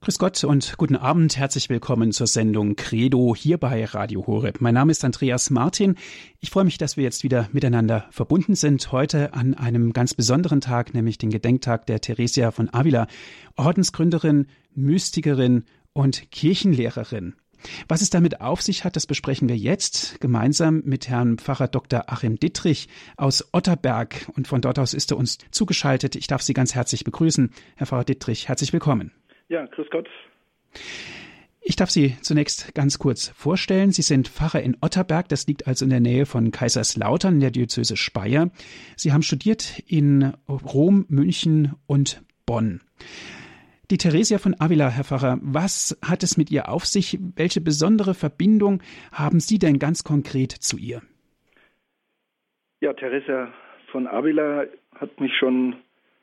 Grüß Gott und guten Abend. Herzlich willkommen zur Sendung Credo hier bei Radio Horeb. Mein Name ist Andreas Martin. Ich freue mich, dass wir jetzt wieder miteinander verbunden sind. Heute an einem ganz besonderen Tag, nämlich den Gedenktag der Theresia von Avila, Ordensgründerin, Mystikerin und Kirchenlehrerin. Was es damit auf sich hat, das besprechen wir jetzt gemeinsam mit Herrn Pfarrer Dr. Achim Dittrich aus Otterberg. Und von dort aus ist er uns zugeschaltet. Ich darf Sie ganz herzlich begrüßen. Herr Pfarrer Dittrich, herzlich willkommen. Ja, grüß Gott. Ich darf Sie zunächst ganz kurz vorstellen. Sie sind Pfarrer in Otterberg, das liegt also in der Nähe von Kaiserslautern in der Diözese Speyer. Sie haben studiert in Rom, München und Bonn. Die Theresia von Avila, Herr Pfarrer, was hat es mit ihr auf sich? Welche besondere Verbindung haben Sie denn ganz konkret zu ihr? Ja, Theresia von Avila hat mich schon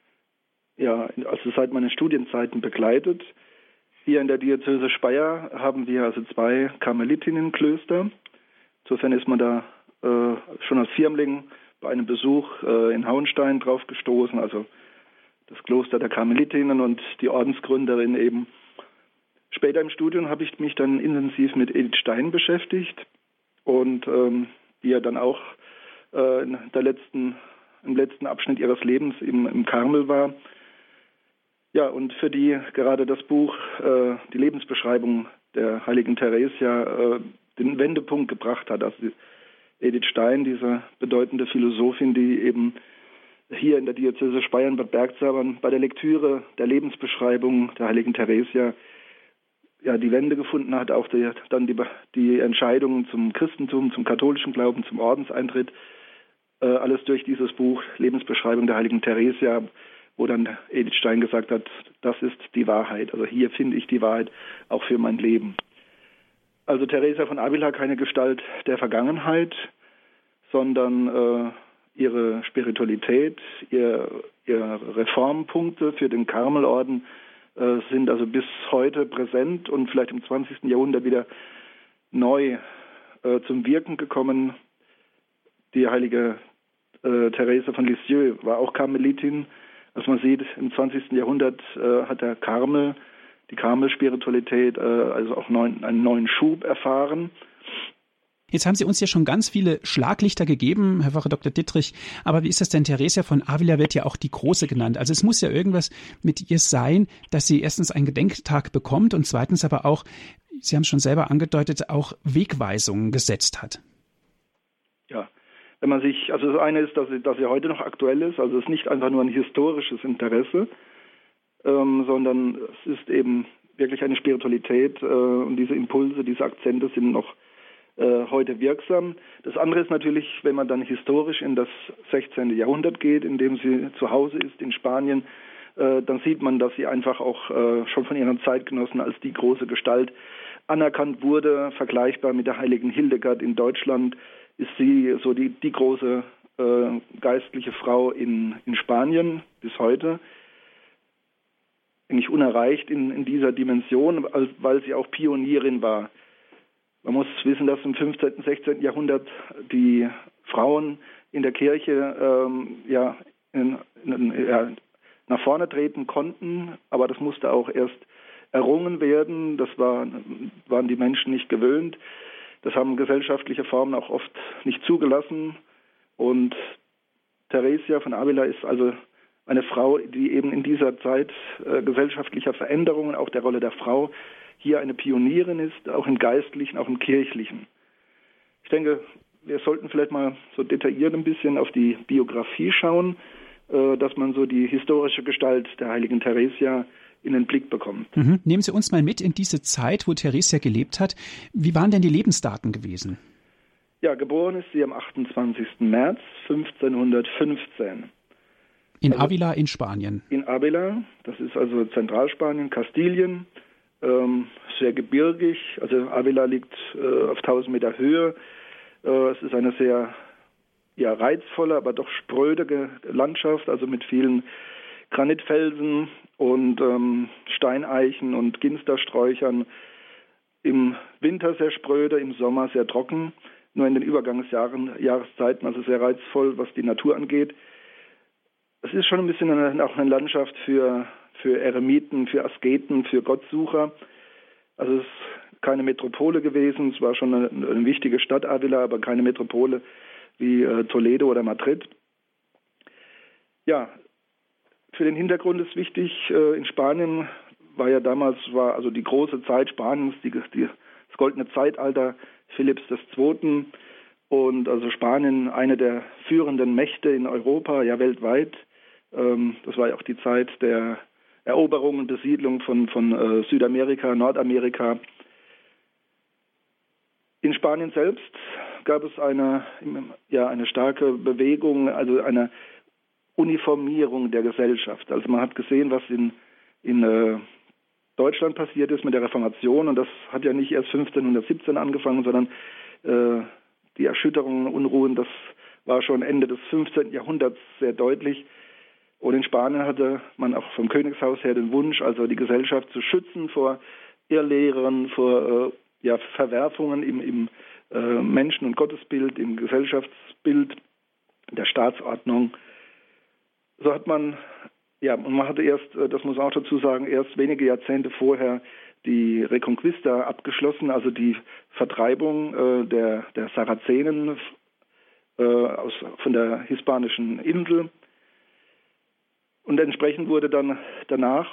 also seit meinen Studienzeiten begleitet. Hier in der Diözese Speyer haben wir also 2 Karmelitinnenklöster. Insofern ist man da schon als Firmling bei einem Besuch in Hauenstein drauf gestoßen, also das Kloster der Karmelitinnen und die Ordensgründerin eben. Später im Studium habe ich mich dann intensiv mit Edith Stein beschäftigt und die ja dann auch im letzten Abschnitt ihres Lebens im Karmel war. Ja, und für die gerade das Buch, die Lebensbeschreibung der heiligen Theresia, den Wendepunkt gebracht hat. Also Edith Stein, diese bedeutende Philosophin, die eben hier in der Diözese Speyer in Bad Bergzabern bei der Lektüre der Lebensbeschreibung der heiligen Theresia ja die Wende gefunden hat, auch die Entscheidungen zum Christentum, zum katholischen Glauben, zum Ordenseintritt, alles durch dieses Buch Lebensbeschreibung der heiligen Theresia, wo dann Edith Stein gesagt hat, das ist die Wahrheit. Also hier finde ich die Wahrheit auch für mein Leben. Also Theresia von Avila keine Gestalt der Vergangenheit, sondern ihre Spiritualität, ihre Reformpunkte für den Karmelorden sind also bis heute präsent und vielleicht im 20. Jahrhundert wieder neu zum Wirken gekommen. Die heilige Therese von Lisieux war auch Karmelitin. Also man sieht, im 20. Jahrhundert hat die Karmel-Spiritualität also auch einen neuen Schub erfahren. Jetzt haben Sie uns ja schon ganz viele Schlaglichter gegeben, Herr Pfarrer Dr. Dittrich. Aber wie ist das denn? Theresia von Avila wird ja auch die Große genannt. Also es muss ja irgendwas mit ihr sein, dass sie erstens einen Gedenktag bekommt und zweitens aber auch, Sie haben es schon selber angedeutet, auch Wegweisungen gesetzt hat. Ja. Wenn man sich, also das eine ist, dass sie heute noch aktuell ist, also es ist nicht einfach nur ein historisches Interesse, sondern es ist eben wirklich eine Spiritualität und diese Impulse, diese Akzente sind noch heute wirksam. Das andere ist natürlich, wenn man dann historisch in das 16. Jahrhundert geht, in dem sie zu Hause ist in Spanien, dann sieht man, dass sie einfach auch schon von ihren Zeitgenossen als die große Gestalt anerkannt wurde, vergleichbar mit der heiligen Hildegard in Deutschland. Ist sie so die große geistliche Frau in Spanien bis heute. Eigentlich unerreicht in dieser Dimension, weil sie auch Pionierin war. Man muss wissen, dass im 15., 16. Jahrhundert die Frauen in der Kirche nach vorne treten konnten, aber das musste auch erst errungen werden. Das waren die Menschen nicht gewöhnt. Das haben gesellschaftliche Formen auch oft nicht zugelassen. Und Theresia von Avila ist also eine Frau, die eben in dieser Zeit gesellschaftlicher Veränderungen, auch der Rolle der Frau, hier eine Pionierin ist, auch im Geistlichen, auch im Kirchlichen. Ich denke, wir sollten vielleicht mal so detailliert ein bisschen auf die Biografie schauen, dass man so die historische Gestalt der heiligen Theresia in den Blick bekommt. Nehmen Sie uns mal mit in diese Zeit, wo Theresia gelebt hat. Wie waren denn die Lebensdaten gewesen? Ja, geboren ist sie am 28. März 1515. In Avila in Spanien. In Avila, das ist also Zentralspanien, Kastilien, sehr gebirgig. Also Avila liegt auf 1000 Meter Höhe. Es ist eine sehr reizvolle, aber doch spröde Landschaft, also mit vielen Granitfelsen und Steineichen und Ginstersträuchern. Im Winter sehr spröde, im Sommer sehr trocken. Nur in den Übergangsjahreszeiten, also sehr reizvoll, was die Natur angeht. Es ist schon ein bisschen auch eine Landschaft für für Eremiten, für Asketen, für Gottsucher. Also es ist keine Metropole gewesen, es war schon eine wichtige Stadt Avila, aber keine Metropole wie Toledo oder Madrid. Ja, für den Hintergrund ist wichtig, in Spanien war ja damals also die große Zeit Spaniens, das goldene Zeitalter Philipps II. Und also Spanien eine der führenden Mächte in Europa, ja weltweit. Das war ja auch die Zeit der Eroberung und Besiedlung von Südamerika, Nordamerika. In Spanien selbst gab es eine starke Bewegung, also eine Uniformierung der Gesellschaft. Also man hat gesehen, was in Deutschland passiert ist mit der Reformation, und das hat ja nicht erst 1517 angefangen, sondern die Erschütterungen, Unruhen, das war schon Ende des 15. Jahrhunderts sehr deutlich. Und in Spanien hatte man auch vom Königshaus her den Wunsch, also die Gesellschaft zu schützen vor Irrlehren, vor Verwerfungen im Menschen- und Gottesbild, im Gesellschaftsbild der Staatsordnung. So hat man, und man hatte erst, das muss man auch dazu sagen, erst wenige Jahrzehnte vorher die Reconquista abgeschlossen, also die Vertreibung der Sarazenen von der hispanischen Insel. Und entsprechend wurde dann danach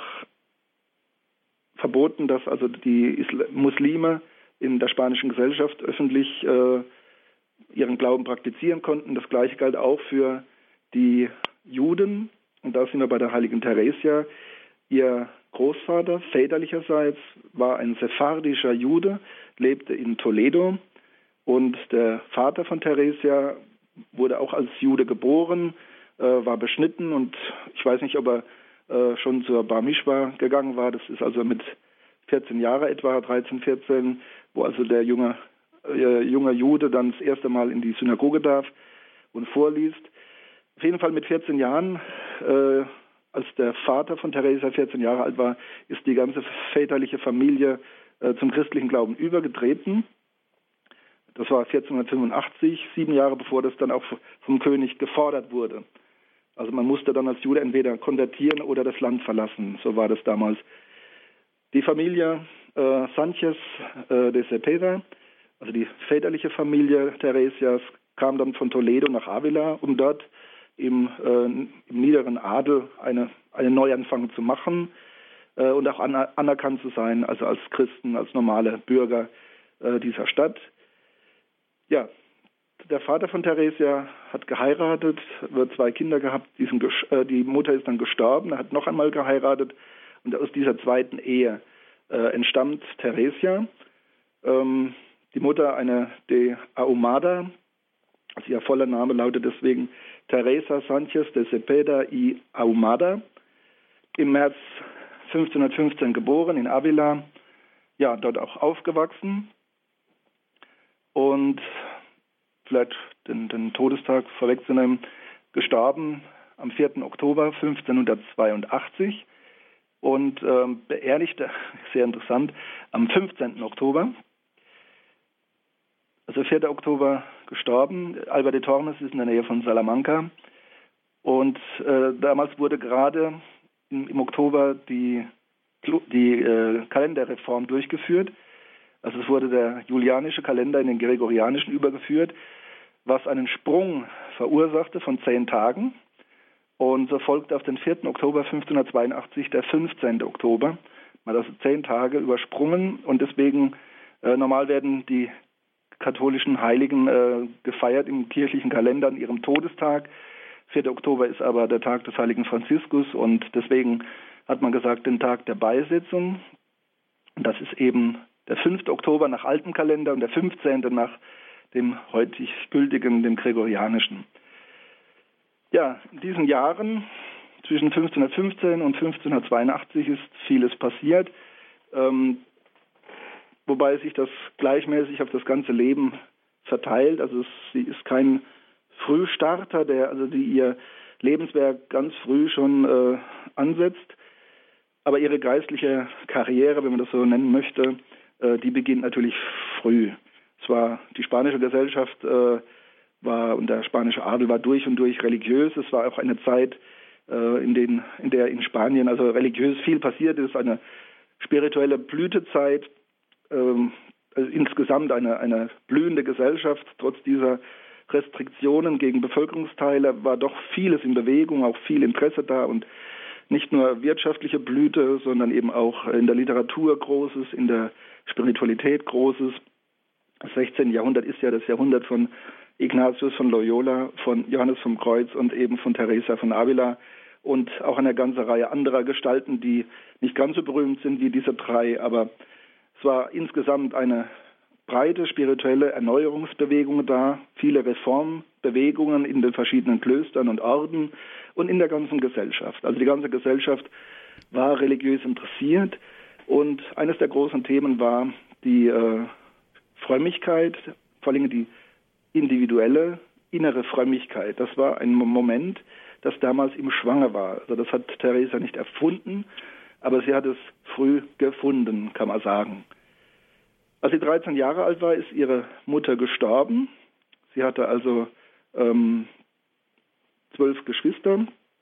verboten, dass also die Muslime in der spanischen Gesellschaft öffentlich ihren Glauben praktizieren konnten. Das Gleiche galt auch für die Juden. Und da sind wir bei der heiligen Theresia. Ihr Großvater väterlicherseits war ein sephardischer Jude, lebte in Toledo. Und der Vater von Theresia wurde auch als Jude geboren, war beschnitten, und ich weiß nicht, ob er schon zur Bar Mischwa gegangen war. Das ist also mit 14 Jahren etwa, 13, 14, wo also der junge Jude dann das erste Mal in die Synagoge darf und vorliest. Auf jeden Fall mit 14 Jahren, als der Vater von Theresia 14 Jahre alt war, ist die ganze väterliche Familie zum christlichen Glauben übergetreten. Das war 1485, 7 Jahre bevor das dann auch vom König gefordert wurde. Also man musste dann als Jude entweder konvertieren oder das Land verlassen. So war das damals. Die Familie Sánchez de Cepeda, also die väterliche Familie Theresias, kam dann von Toledo nach Avila, um dort im niederen Adel einen Neuanfang zu machen und auch anerkannt zu sein, also als Christen, als normale Bürger dieser Stadt. Ja, der Vater von Theresia hat geheiratet, hat 2 Kinder gehabt, die Mutter ist dann gestorben, er hat noch einmal geheiratet, und aus dieser zweiten Ehe entstammt Theresia. Die Mutter eine de Ahumada, also ihr voller Name lautet deswegen Teresa Sánchez de Cepeda y Ahumada, im März 1515 geboren in Avila, ja, dort auch aufgewachsen. Und vielleicht den Todestag vorwegzunehmen, gestorben am 4. Oktober 1582 und beerdigt, sehr interessant, am 15. Oktober. Also 4. Oktober gestorben. Alba de Tormes ist in der Nähe von Salamanca. Und damals wurde gerade im Oktober die Kalenderreform durchgeführt. Also es wurde der julianische Kalender in den gregorianischen übergeführt, was einen Sprung verursachte von 10 Tagen. Und so folgte auf den 4. Oktober 1582 der 15. Oktober. Man hat also 10 Tage übersprungen, und deswegen normal werden die katholischen Heiligen gefeiert im kirchlichen Kalender an ihrem Todestag. 4. Oktober ist aber der Tag des heiligen Franziskus, und deswegen hat man gesagt, den Tag der Beisetzung. Und das ist eben der 5. Oktober nach altem Kalender und der 15. nach dem heutig gültigen, dem gregorianischen. Ja, in diesen Jahren zwischen 1515 und 1582 ist vieles passiert, wobei sich das gleichmäßig auf das ganze Leben verteilt. Also sie ist kein Frühstarter, die ihr Lebenswerk ganz früh schon ansetzt, aber ihre geistliche Karriere, wenn man das so nennen möchte, die beginnt natürlich früh. Die spanische Gesellschaft und der spanische Adel war durch und durch religiös. Es war auch eine Zeit, in der in Spanien also religiös viel passiert ist, eine spirituelle Blütezeit, also insgesamt eine blühende Gesellschaft. Trotz dieser Restriktionen gegen Bevölkerungsteile war doch vieles in Bewegung, auch viel Interesse da und nicht nur wirtschaftliche Blüte, sondern eben auch in der Literatur Großes, in der Spiritualität Großes. Das 16. Jahrhundert ist ja das Jahrhundert von Ignatius von Loyola, von Johannes vom Kreuz und eben von Teresa von Avila und auch eine ganze Reihe anderer Gestalten, die nicht ganz so berühmt sind wie diese drei, aber es war insgesamt eine breite spirituelle Erneuerungsbewegung da, viele Reformbewegungen in den verschiedenen Klöstern und Orden und in der ganzen Gesellschaft. Also die ganze Gesellschaft war religiös interessiert und eines der großen Themen war die Frömmigkeit, vor allem die individuelle innere Frömmigkeit. Das war ein Moment, das damals im Schwange war. Also das hat Teresa nicht erfunden, aber sie hat es früh gefunden, kann man sagen. Als sie 13 Jahre alt war, ist ihre Mutter gestorben. Sie hatte also 12 Geschwister,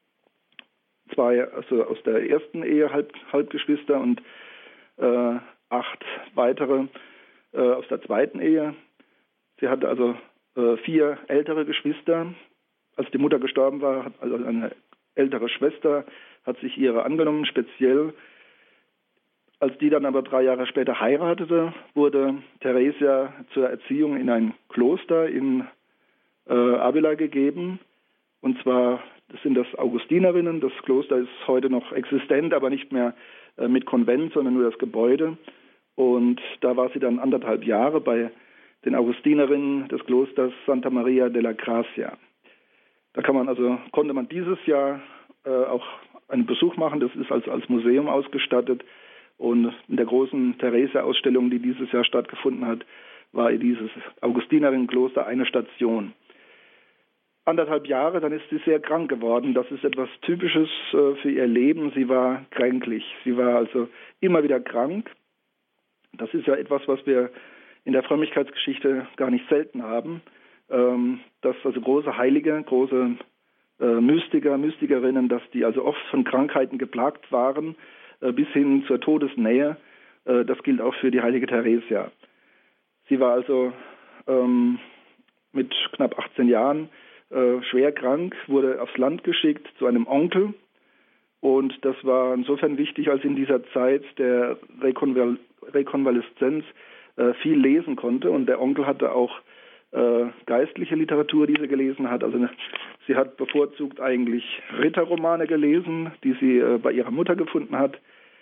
2 also aus der ersten Ehe Halbgeschwister und 8 weitere aus der zweiten Ehe. Sie hatte also 4 ältere Geschwister. Als die Mutter gestorben war, also eine ältere Schwester hat sich ihre angenommen, speziell. Als die dann aber 3 Jahre später heiratete, wurde Teresa zur Erziehung in ein Kloster in Avila gegeben. Und zwar sind das Augustinerinnen. Das Kloster ist heute noch existent, aber nicht mehr mit Konvent, sondern nur das Gebäude. Und da war sie dann 1,5 Jahre bei den Augustinerinnen des Klosters Santa Maria della Grazia. Da konnte man dieses Jahr auch einen Besuch machen. Das ist als Museum ausgestattet. Und in der großen Theresia-Ausstellung, die dieses Jahr stattgefunden hat, war dieses Augustinerinnenkloster eine Station. 1,5 Jahre, dann ist sie sehr krank geworden. Das ist etwas Typisches für ihr Leben. Sie war kränklich. Sie war also immer wieder krank. Das ist ja etwas, was wir in der Frömmigkeitsgeschichte gar nicht selten haben. Dass also große Heilige, große Mystiker, Mystikerinnen, dass die also oft von Krankheiten geplagt waren, bis hin zur Todesnähe. Das gilt auch für die heilige Theresia. Sie war also mit knapp 18 Jahren schwer krank, wurde aufs Land geschickt zu einem Onkel. Und das war insofern wichtig, als in dieser Zeit der Rekonvaleszenz viel lesen konnte. Und der Onkel hatte auch geistliche Literatur, die sie gelesen hat. Also sie hat bevorzugt eigentlich Ritterromane gelesen, die sie bei ihrer Mutter gefunden hat.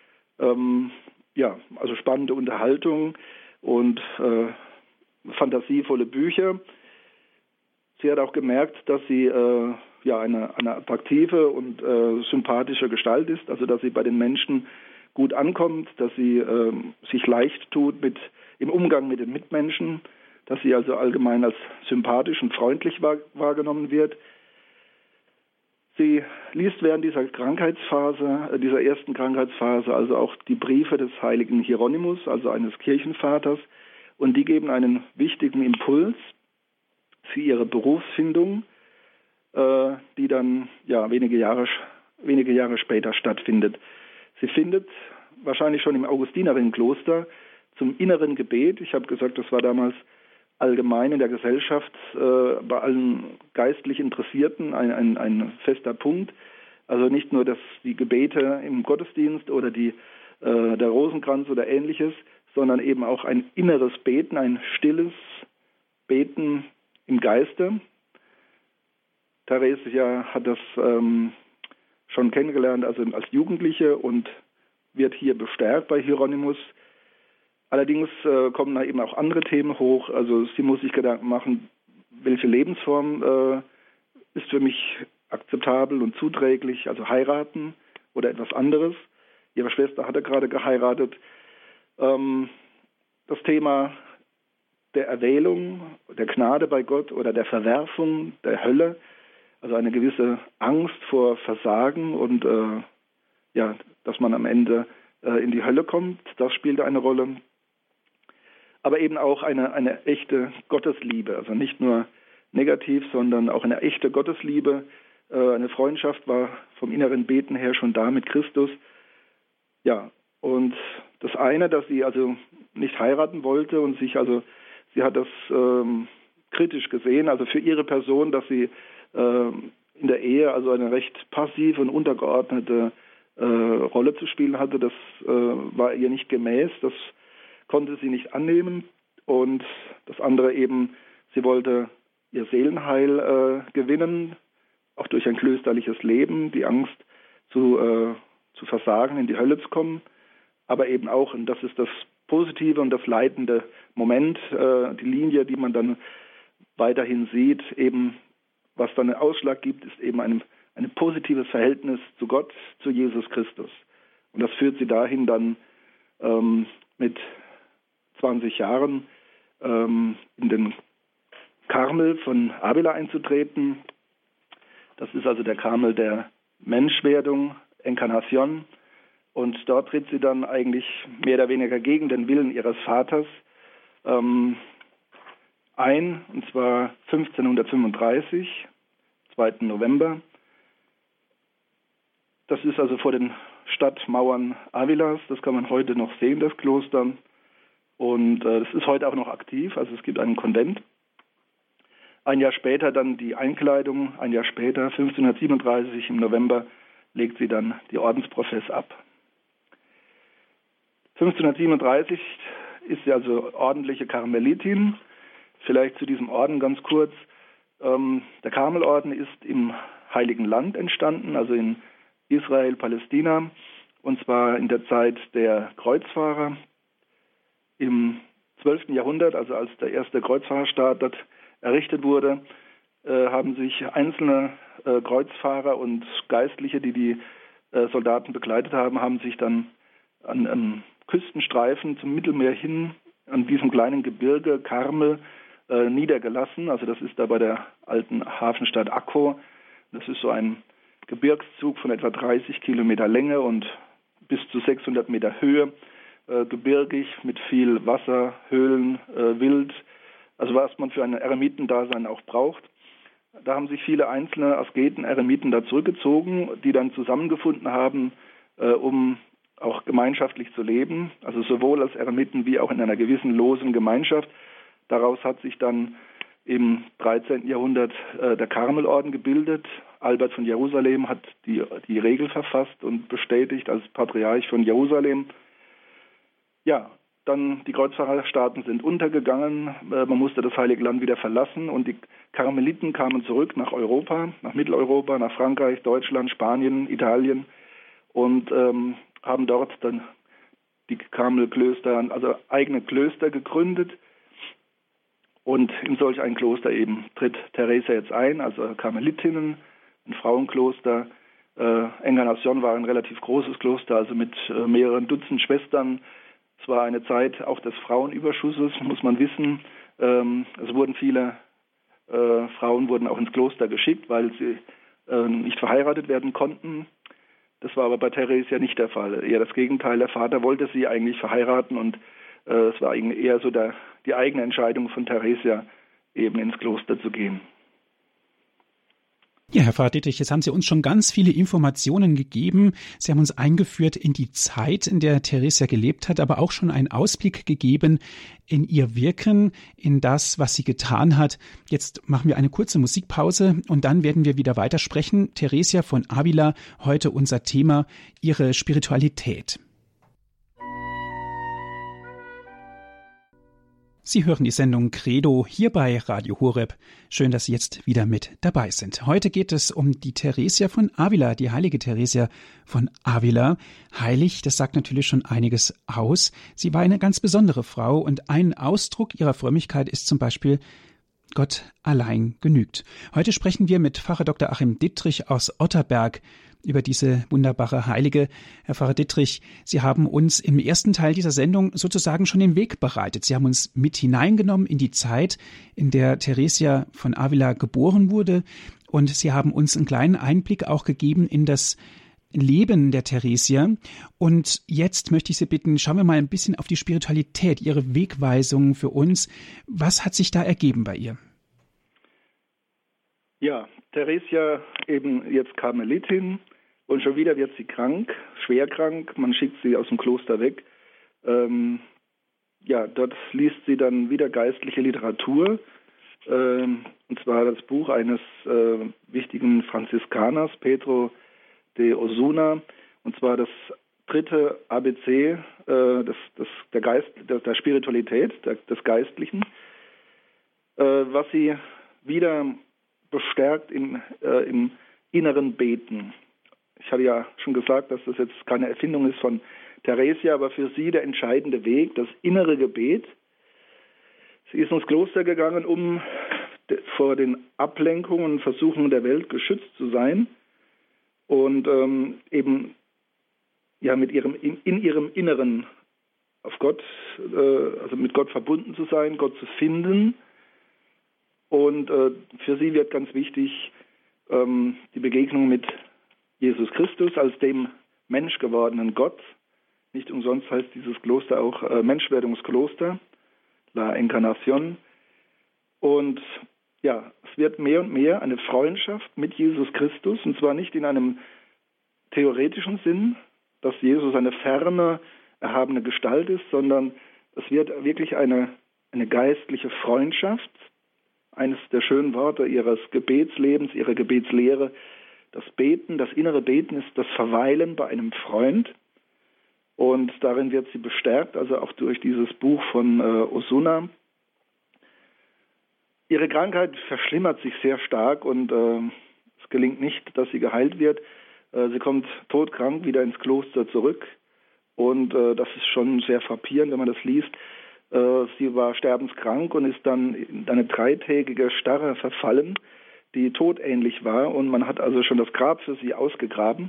Also spannende Unterhaltung und fantasievolle Bücher. Sie hat auch gemerkt, dass sie eine attraktive und sympathische Gestalt ist, also dass sie bei den Menschen gut ankommt, dass sie sich leicht tut im Umgang mit den Mitmenschen, dass sie also allgemein als sympathisch und freundlich wahrgenommen wird. Sie liest während dieser ersten Krankheitsphase, also auch die Briefe des heiligen Hieronymus, also eines Kirchenvaters, und die geben einen wichtigen Impuls für ihre Berufsfindung, die dann wenige Jahre später stattfindet. Sie findet wahrscheinlich schon im Augustinerinnenkloster zum inneren Gebet. Ich habe gesagt, das war damals allgemein in der Gesellschaft bei allen geistlich Interessierten ein fester Punkt. Also nicht nur die Gebete im Gottesdienst oder der Rosenkranz oder Ähnliches, sondern eben auch ein inneres Beten, ein stilles Beten im Geiste. Theresia hat das schon kennengelernt, also als Jugendliche, und wird hier bestärkt bei Hieronymus. Allerdings kommen da eben auch andere Themen hoch. Also sie muss sich Gedanken machen, welche Lebensform ist für mich akzeptabel und zuträglich, also heiraten oder etwas anderes. Ihre Schwester hatte gerade geheiratet. Das Thema der Erwählung, der Gnade bei Gott oder der Verwerfung, der Hölle, also eine gewisse Angst vor Versagen und dass man am Ende in die Hölle kommt, das spielte eine Rolle. Aber eben auch eine echte Gottesliebe, also nicht nur negativ, sondern auch eine echte Gottesliebe, Eine Freundschaft war vom inneren Beten her schon da mit Christus. Ja, und das eine, dass sie also nicht heiraten wollte und sie hat das kritisch gesehen, also für ihre Person, dass sie in der Ehe also eine recht passive und untergeordnete Rolle zu spielen hatte. Das war ihr nicht gemäß, das konnte sie nicht annehmen. Und das andere eben, sie wollte ihr Seelenheil gewinnen, auch durch ein klösterliches Leben, die Angst zu versagen, in die Hölle zu kommen, aber eben auch, und das ist das Positive und das leitende Moment, die Linie, die man dann weiterhin sieht, eben was dann einen Ausschlag gibt, ist eben ein positives Verhältnis zu Gott, zu Jesus Christus. Und das führt sie dahin, dann mit 20 Jahren in den Karmel von Avila einzutreten. Das ist also der Karmel der Menschwerdung, Encarnación. Und dort tritt sie dann eigentlich mehr oder weniger gegen den Willen ihres Vaters ein, und zwar 1535, 2. November. Das ist also vor den Stadtmauern Avilas, das kann man heute noch sehen, das Kloster. Und das ist heute auch noch aktiv, also es gibt einen Konvent. Ein Jahr später dann die Einkleidung, ein Jahr später, 1537 im November, legt sie dann die Ordensprofess ab. 1537 ist sie also ordentliche Karmelitin. Vielleicht zu diesem Orden ganz kurz. Der Karmelorden ist im Heiligen Land entstanden, also in Israel, Palästina, und zwar in der Zeit der Kreuzfahrer. Im 12. Jahrhundert, also als der erste Kreuzfahrerstaat dort errichtet wurde, haben sich einzelne Kreuzfahrer und Geistliche, die Soldaten begleitet haben sich dann an Küstenstreifen zum Mittelmeer hin, an diesem kleinen Gebirge Karmel, niedergelassen. Also das ist da bei der alten Hafenstadt Akko. Das ist so ein Gebirgszug von etwa 30 Kilometer Länge und bis zu 600 Meter Höhe, gebirgig mit viel Wasser, Höhlen, Wild, also was man für ein Eremitendasein auch braucht. Da haben sich viele einzelne Asketen, Eremiten da zurückgezogen, die dann zusammengefunden haben, um auch gemeinschaftlich zu leben, also sowohl als Eremiten wie auch in einer gewissen losen Gemeinschaft. Daraus hat sich dann im 13. Jahrhundert der Karmelorden gebildet. Albert von Jerusalem hat die Regel verfasst und bestätigt als Patriarch von Jerusalem. Ja, dann die Kreuzfahrerstaaten sind untergegangen, man musste das Heilige Land wieder verlassen und die Karmeliten kamen zurück nach Europa, nach Mitteleuropa, nach Frankreich, Deutschland, Spanien, Italien und haben dort dann die Karmelklöster, also eigene Klöster gegründet. Und in solch ein Kloster eben tritt Theresia jetzt ein, also Karmelitinnen, ein Frauenkloster. Encarnación war ein relativ großes Kloster, also mit mehreren Dutzend Schwestern. Es war eine Zeit auch des Frauenüberschusses, muss man wissen. Es wurden viele Frauen wurden auch ins Kloster geschickt, weil sie nicht verheiratet werden konnten. Das war aber bei Theresia nicht der Fall. Eher das Gegenteil, der Vater wollte sie eigentlich verheiraten und es war eher so die eigene Entscheidung von Theresia, eben ins Kloster zu gehen. Ja, Herr Pfarrer Dittrich, jetzt haben Sie uns schon ganz viele Informationen gegeben. Sie haben uns eingeführt in die Zeit, in der Theresia gelebt hat, aber auch schon einen Ausblick gegeben in ihr Wirken, in das, was sie getan hat. Jetzt machen wir eine kurze Musikpause und dann werden wir wieder weitersprechen. Theresia von Avila, heute unser Thema, ihre Spiritualität. Sie hören die Sendung Credo hier bei Radio Horeb. Schön, dass Sie jetzt wieder mit dabei sind. Heute geht es um die Theresia von Avila, die heilige Theresia von Avila. Heilig, das sagt natürlich schon einiges aus. Sie war eine ganz besondere Frau und ein Ausdruck ihrer Frömmigkeit ist zum Beispiel Gott allein genügt. Heute sprechen wir mit Pfarrer Dr. Achim Dittrich aus Otterberg über diese wunderbare Heilige. Herr Pfarrer Dittrich, Sie haben uns im ersten Teil dieser Sendung sozusagen schon den Weg bereitet. Sie haben uns mit hineingenommen in die Zeit, in der Theresia von Avila geboren wurde. Und Sie haben uns einen kleinen Einblick auch gegeben in das Leben der Theresia. Und jetzt möchte ich Sie bitten, schauen wir mal ein bisschen auf die Spiritualität, Ihre Wegweisung für uns. Was hat sich da ergeben bei ihr? Ja, Theresia eben jetzt Karmelitin und schon wieder wird sie krank, schwer krank. Man schickt sie aus dem Kloster weg. Dort liest sie dann wieder geistliche Literatur, und zwar das Buch eines wichtigen Franziskaners, Pedro de Osuna, und zwar das 3. ABC der Spiritualität, des Geistlichen, was sie wieder bestärkt im inneren Beten. Ich hatte ja schon gesagt, dass das jetzt keine Erfindung ist von Theresia, aber für sie der entscheidende Weg, das innere Gebet. Sie ist ins Kloster gegangen, um vor den Ablenkungen und Versuchungen der Welt geschützt zu sein und eben mit in ihrem Inneren auf Gott, also mit Gott verbunden zu sein, Gott zu finden. Und für sie wird ganz wichtig die Begegnung mit Jesus Christus als dem menschgewordenen Gott. Nicht umsonst heißt dieses Kloster auch Menschwerdungskloster, La Encarnación. Und ja, es wird mehr und mehr eine Freundschaft mit Jesus Christus, und zwar nicht in einem theoretischen Sinn, dass Jesus eine ferne, erhabene Gestalt ist, sondern es wird wirklich eine geistliche Freundschaft. Eines der schönen Worte ihres Gebetslebens, ihrer Gebetslehre, das Beten, das innere Beten ist das Verweilen bei einem Freund. Und darin wird sie bestärkt, also auch durch dieses Buch von Osuna. Ihre Krankheit verschlimmert sich sehr stark und es gelingt nicht, dass sie geheilt wird. Sie kommt todkrank wieder ins Kloster zurück und das ist schon sehr frappierend, wenn man das liest. Sie war sterbenskrank und ist dann in eine 3-tägige Starre verfallen, die todähnlich war, und man hat also schon das Grab für sie ausgehoben,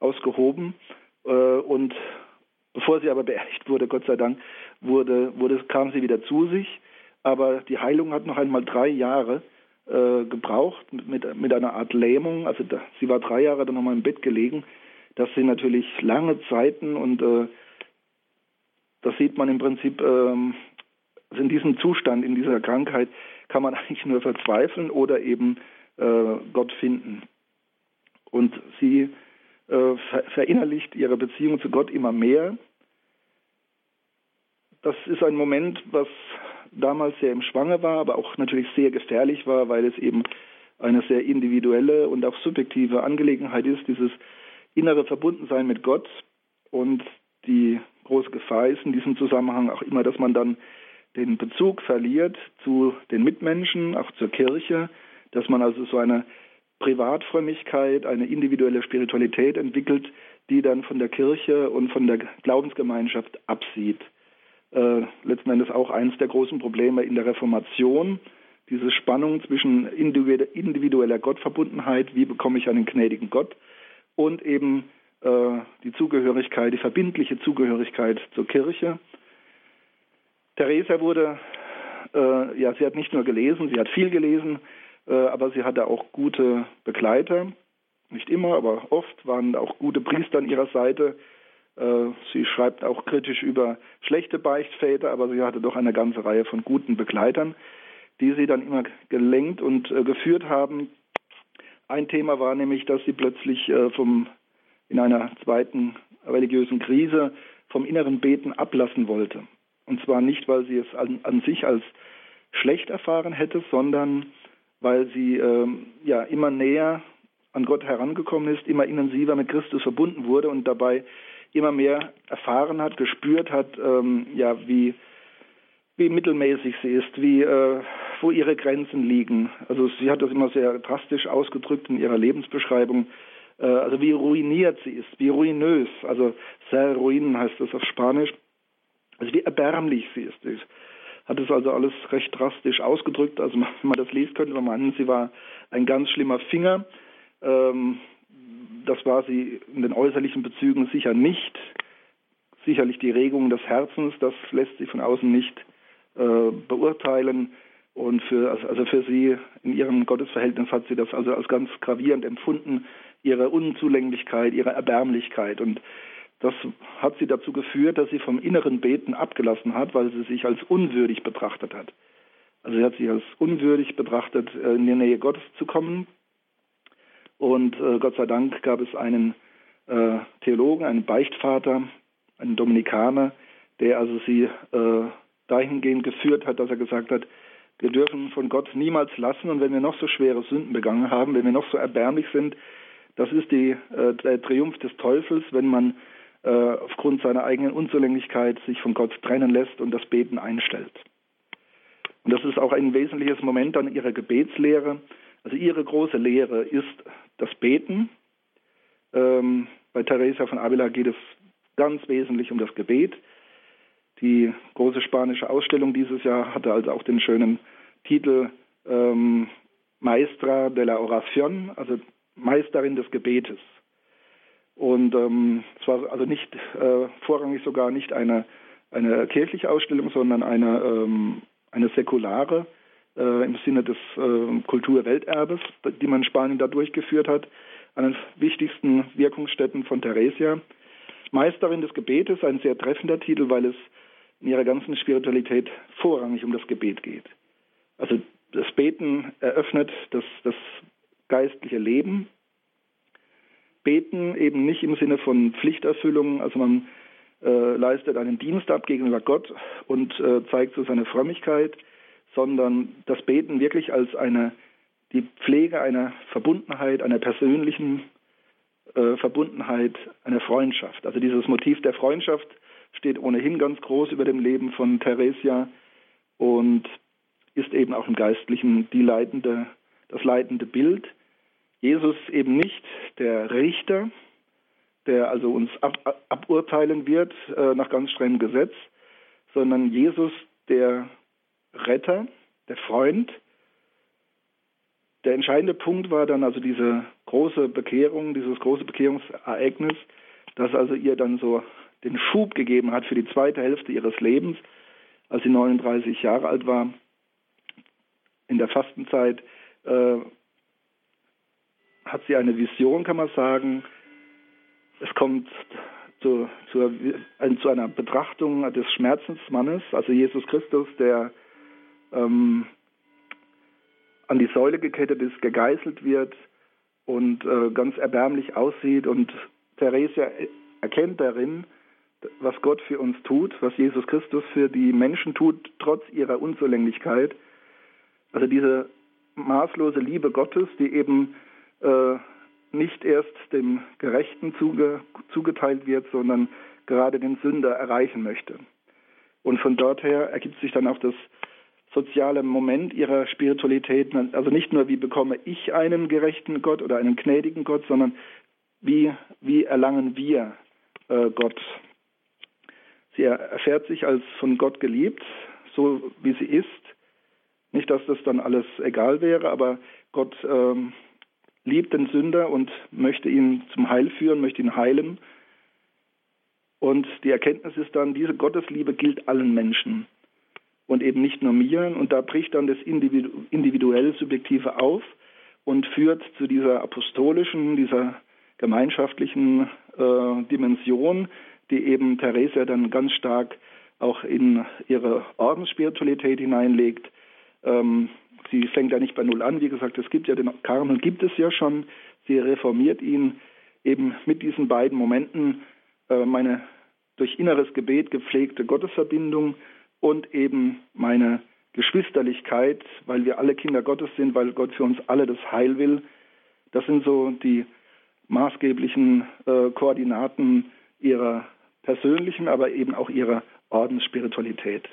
und bevor sie aber beerdigt wurde, Gott sei Dank, kam sie wieder zu sich, aber die Heilung hat noch einmal 3 Jahre gebraucht mit einer Art Lähmung. Also sie war 3 Jahre dann nochmal im Bett gelegen. Das sind natürlich lange Zeiten, und das sieht man im Prinzip, also in diesem Zustand, in dieser Krankheit kann man eigentlich nur verzweifeln oder eben Gott finden. Und sie verinnerlicht ihre Beziehung zu Gott immer mehr. Das ist ein Moment, was damals sehr im Schwange war, aber auch natürlich sehr gefährlich war, weil es eben eine sehr individuelle und auch subjektive Angelegenheit ist, dieses innere Verbundensein mit Gott. Und die große Gefahr ist in diesem Zusammenhang auch immer, dass man dann den Bezug verliert zu den Mitmenschen, auch zur Kirche, dass man also so eine Privatfrömmigkeit, eine individuelle Spiritualität entwickelt, die dann von der Kirche und von der Glaubensgemeinschaft absieht. Letzten Endes auch eines der großen Probleme in der Reformation, diese Spannung zwischen individueller Gottverbundenheit, wie bekomme ich einen gnädigen Gott, und eben die Zugehörigkeit, die verbindliche Zugehörigkeit zur Kirche. Theresia sie hat nicht nur gelesen, sie hat viel gelesen, aber sie hatte auch gute Begleiter. Nicht immer, aber oft waren auch gute Priester an ihrer Seite. Sie schreibt auch kritisch über schlechte Beichtväter, aber sie hatte doch eine ganze Reihe von guten Begleitern, die sie dann immer gelenkt und geführt haben. Ein Thema war nämlich, dass sie plötzlich in einer zweiten religiösen Krise vom inneren Beten ablassen wollte. Und zwar nicht, weil sie es an sich als schlecht erfahren hätte, sondern weil sie immer näher an Gott herangekommen ist, immer intensiver mit Christus verbunden wurde und dabei immer mehr erfahren hat, gespürt hat, wie mittelmäßig sie ist, wo ihre Grenzen liegen. Also sie hat das immer sehr drastisch ausgedrückt in ihrer Lebensbeschreibung, also wie ruiniert sie ist, wie ruinös, also sehr ruin heißt das auf Spanisch, also wie erbärmlich sie ist. Sie hat es also alles recht drastisch ausgedrückt. Also wenn man das liest, könnte man meinen, sie war ein ganz schlimmer Finger. Das war sie in den äußerlichen Bezügen sicher nicht. Sicherlich die Regung des Herzens, das lässt sich von außen nicht beurteilen. Und für sie in ihrem Gottesverhältnis hat sie das also als ganz gravierend empfunden, ihre Unzulänglichkeit, ihre Erbärmlichkeit. Und das hat sie dazu geführt, dass sie vom inneren Beten abgelassen hat, weil sie sich als unwürdig betrachtet hat. Also sie hat sich als unwürdig betrachtet, in die Nähe Gottes zu kommen. Und Gott sei Dank gab es einen Theologen, einen Beichtvater, einen Dominikaner, der also sie dahingehend geführt hat, dass er gesagt hat, wir dürfen von Gott niemals lassen, und wenn wir noch so schwere Sünden begangen haben, wenn wir noch so erbärmlich sind, das ist der Triumph des Teufels, wenn man aufgrund seiner eigenen Unzulänglichkeit sich von Gott trennen lässt und das Beten einstellt. Und das ist auch ein wesentliches Moment an ihrer Gebetslehre. Also ihre große Lehre ist das Beten. Bei Teresa von Avila geht es ganz wesentlich um das Gebet. Die große spanische Ausstellung dieses Jahr hatte also auch den schönen Titel Maestra de la Oración, also Meisterin des Gebetes. Und es war also nicht vorrangig sogar nicht eine kirchliche Ausstellung, sondern eine säkulare im Sinne des Kulturwelterbes, die man in Spanien da durchgeführt hat, an den wichtigsten Wirkungsstätten von Theresia. Meisterin des Gebetes, ein sehr treffender Titel, weil es in ihrer ganzen Spiritualität vorrangig um das Gebet geht. Also das Beten eröffnet das geistliche Leben. Beten eben nicht im Sinne von Pflichterfüllung, also man leistet einen Dienst ab gegenüber Gott und zeigt so seine Frömmigkeit, sondern das Beten wirklich als die Pflege einer Verbundenheit, einer persönlichen Verbundenheit, einer Freundschaft. Also dieses Motiv der Freundschaft steht ohnehin ganz groß über dem Leben von Theresia und ist eben auch im Geistlichen das leitende Bild. Jesus eben nicht der Richter, der also uns aburteilen wird nach ganz strengem Gesetz, sondern Jesus der Retter, der Freund. Der entscheidende Punkt war dann also diese große Bekehrung, dieses große Bekehrungsereignis, das also ihr dann so den Schub gegeben hat für die zweite Hälfte ihres Lebens, als sie 39 Jahre alt war. In der Fastenzeit hat sie eine Vision, kann man sagen. Es kommt zu einer Betrachtung des Schmerzensmannes, also Jesus Christus, der an die Säule gekettet ist, gegeißelt wird und ganz erbärmlich aussieht. Und Theresia erkennt darin, was Gott für uns tut, was Jesus Christus für die Menschen tut, trotz ihrer Unzulänglichkeit. Also diese maßlose Liebe Gottes, die eben nicht erst dem Gerechten zugeteilt wird, sondern gerade den Sünder erreichen möchte. Und von dort her ergibt sich dann auch das soziale Moment ihrer Spiritualität, also nicht nur, wie bekomme ich einen gerechten Gott oder einen gnädigen Gott, sondern wie erlangen wir Gott. Sie erfährt sich als von Gott geliebt, so wie sie ist. Nicht, dass das dann alles egal wäre, aber Gott liebt den Sünder und möchte ihn zum Heil führen, möchte ihn heilen. Und die Erkenntnis ist dann, diese Gottesliebe gilt allen Menschen und eben nicht nur mir. Und da bricht dann das individuell Subjektive auf und führt zu dieser apostolischen, dieser gemeinschaftlichen Dimension, die eben Theresia dann ganz stark auch in ihre Ordensspiritualität hineinlegt. Sie fängt ja nicht bei Null an, wie gesagt, es gibt ja den Karmel, gibt es ja schon. Sie reformiert ihn eben mit diesen beiden Momenten, meine durch inneres Gebet gepflegte Gottesverbindung und eben meine Geschwisterlichkeit, weil wir alle Kinder Gottes sind, weil Gott für uns alle das Heil will. Das sind so die maßgeblichen Koordinaten ihrer persönlichen, aber eben auch ihrer Ordensspiritualität.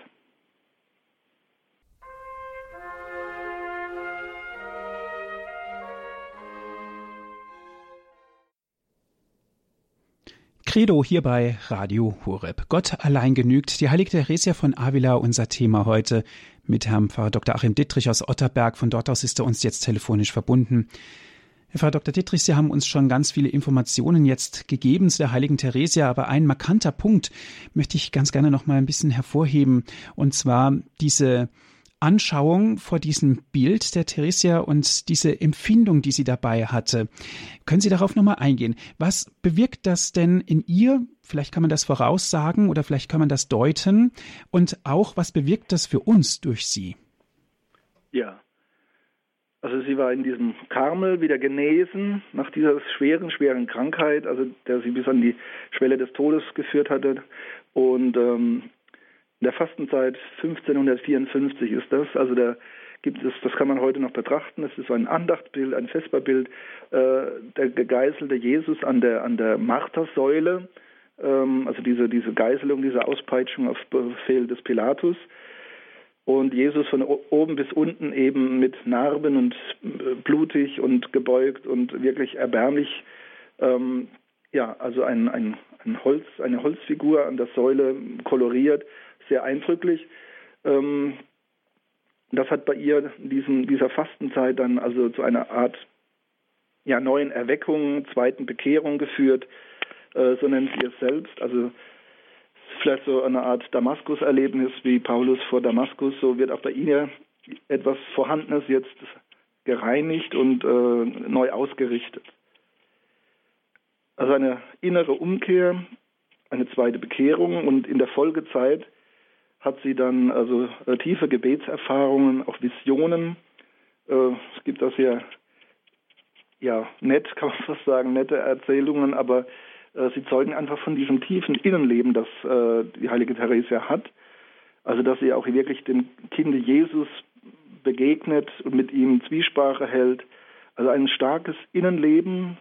Credo hier bei Radio Horeb. Gott allein genügt. Die heilige Theresia von Avila, unser Thema heute mit Herrn Pfarrer Dr. Achim Dittrich aus Otterberg. Von dort aus ist er uns jetzt telefonisch verbunden. Herr Pfarrer Dr. Dittrich, Sie haben uns schon ganz viele Informationen jetzt gegeben zu der heiligen Theresia, aber ein markanter Punkt möchte ich ganz gerne noch mal ein bisschen hervorheben, und zwar diese Anschauung vor diesem Bild der Theresia und diese Empfindung, die sie dabei hatte. Können Sie darauf nochmal eingehen? Was bewirkt das denn in ihr? Vielleicht kann man das voraussagen oder vielleicht kann man das deuten. Und auch, was bewirkt das für uns durch sie? Ja, Also sie war in diesem Karmel wieder genesen nach dieser schweren Krankheit, also der sie bis an die Schwelle des Todes geführt hatte. Und in der Fastenzeit 1554 ist das, also da gibt es, das kann man heute noch betrachten, es ist so ein Andachtbild, ein Vesperbild, der gegeißelte Jesus an der Martersäule, also diese Geißelung, diese Auspeitschung auf Befehl des Pilatus. Und Jesus von oben bis unten eben mit Narben und blutig und gebeugt und wirklich erbärmlich, also eine Holzfigur an der Säule koloriert, sehr eindrücklich. Das hat bei ihr in dieser Fastenzeit dann also zu einer Art neuen Erweckung, zweiten Bekehrung geführt, so nennt sie es selbst. Also vielleicht so eine Art Damaskus-Erlebnis wie Paulus vor Damaskus, so wird auch bei ihr etwas Vorhandenes jetzt gereinigt und neu ausgerichtet. Also eine innere Umkehr, eine zweite Bekehrung, und in der Folgezeit hat sie dann also tiefe Gebetserfahrungen, auch Visionen. Es gibt da sehr, nett, kann man fast sagen, nette Erzählungen, aber sie zeugen einfach von diesem tiefen Innenleben, das die heilige Theresia hat. Also dass sie auch wirklich dem Kinde Jesus begegnet und mit ihm Zwiesprache hält. Also ein starkes Innenleben.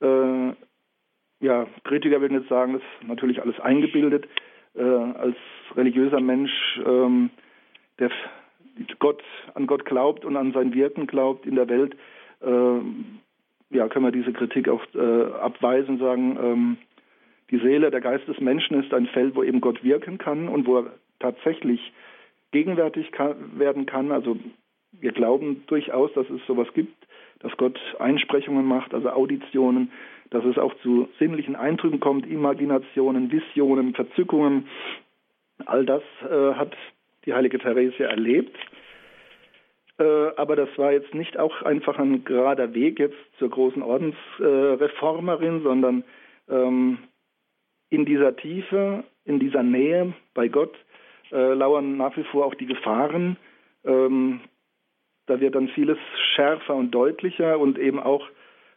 Kritiker würden jetzt sagen, das ist natürlich alles eingebildet. Als religiöser Mensch, der an Gott glaubt und an sein Wirken glaubt in der Welt, können wir diese Kritik auch abweisen und sagen, die Seele, der Geist des Menschen ist ein Feld, wo eben Gott wirken kann und wo er tatsächlich gegenwärtig werden kann. Also wir glauben durchaus, dass es sowas gibt, dass Gott Einsprechungen macht, also Auditionen, dass es auch zu sinnlichen Eindrücken kommt, Imaginationen, Visionen, Verzückungen. All das hat die heilige Theresia erlebt. Aber das war jetzt nicht auch einfach ein gerader Weg jetzt zur großen Ordensreformerin, sondern in dieser Tiefe, in dieser Nähe bei Gott lauern nach wie vor auch die Gefahren. Da wird dann vieles schärfer und deutlicher und eben auch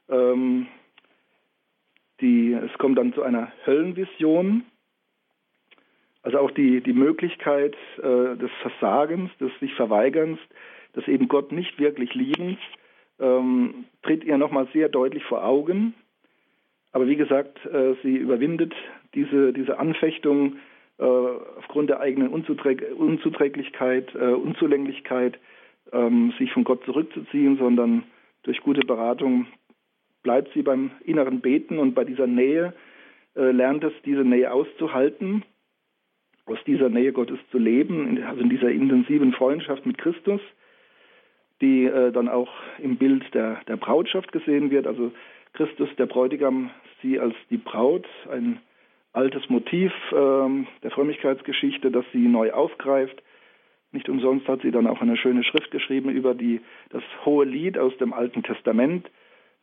es kommt dann zu einer Höllenvision, also auch die Möglichkeit des Versagens, des sich Verweigerns, des eben Gott nicht wirklich Liebens, tritt ihr nochmal sehr deutlich vor Augen. Aber wie gesagt, sie überwindet diese Anfechtung aufgrund der eigenen Unzuträglichkeit, Unzulänglichkeit, sich von Gott zurückzuziehen, sondern durch gute Beratung bleibt sie beim inneren Beten und bei dieser Nähe, lernt es, diese Nähe auszuhalten, aus dieser Nähe Gottes zu leben, also in dieser intensiven Freundschaft mit Christus, die dann auch im Bild der Brautschaft gesehen wird. Also Christus, der Bräutigam, sie als die Braut, ein altes Motiv der Frömmigkeitsgeschichte, das sie neu aufgreift. Nicht umsonst hat sie dann auch eine schöne Schrift geschrieben über das Hohe Lied aus dem Alten Testament,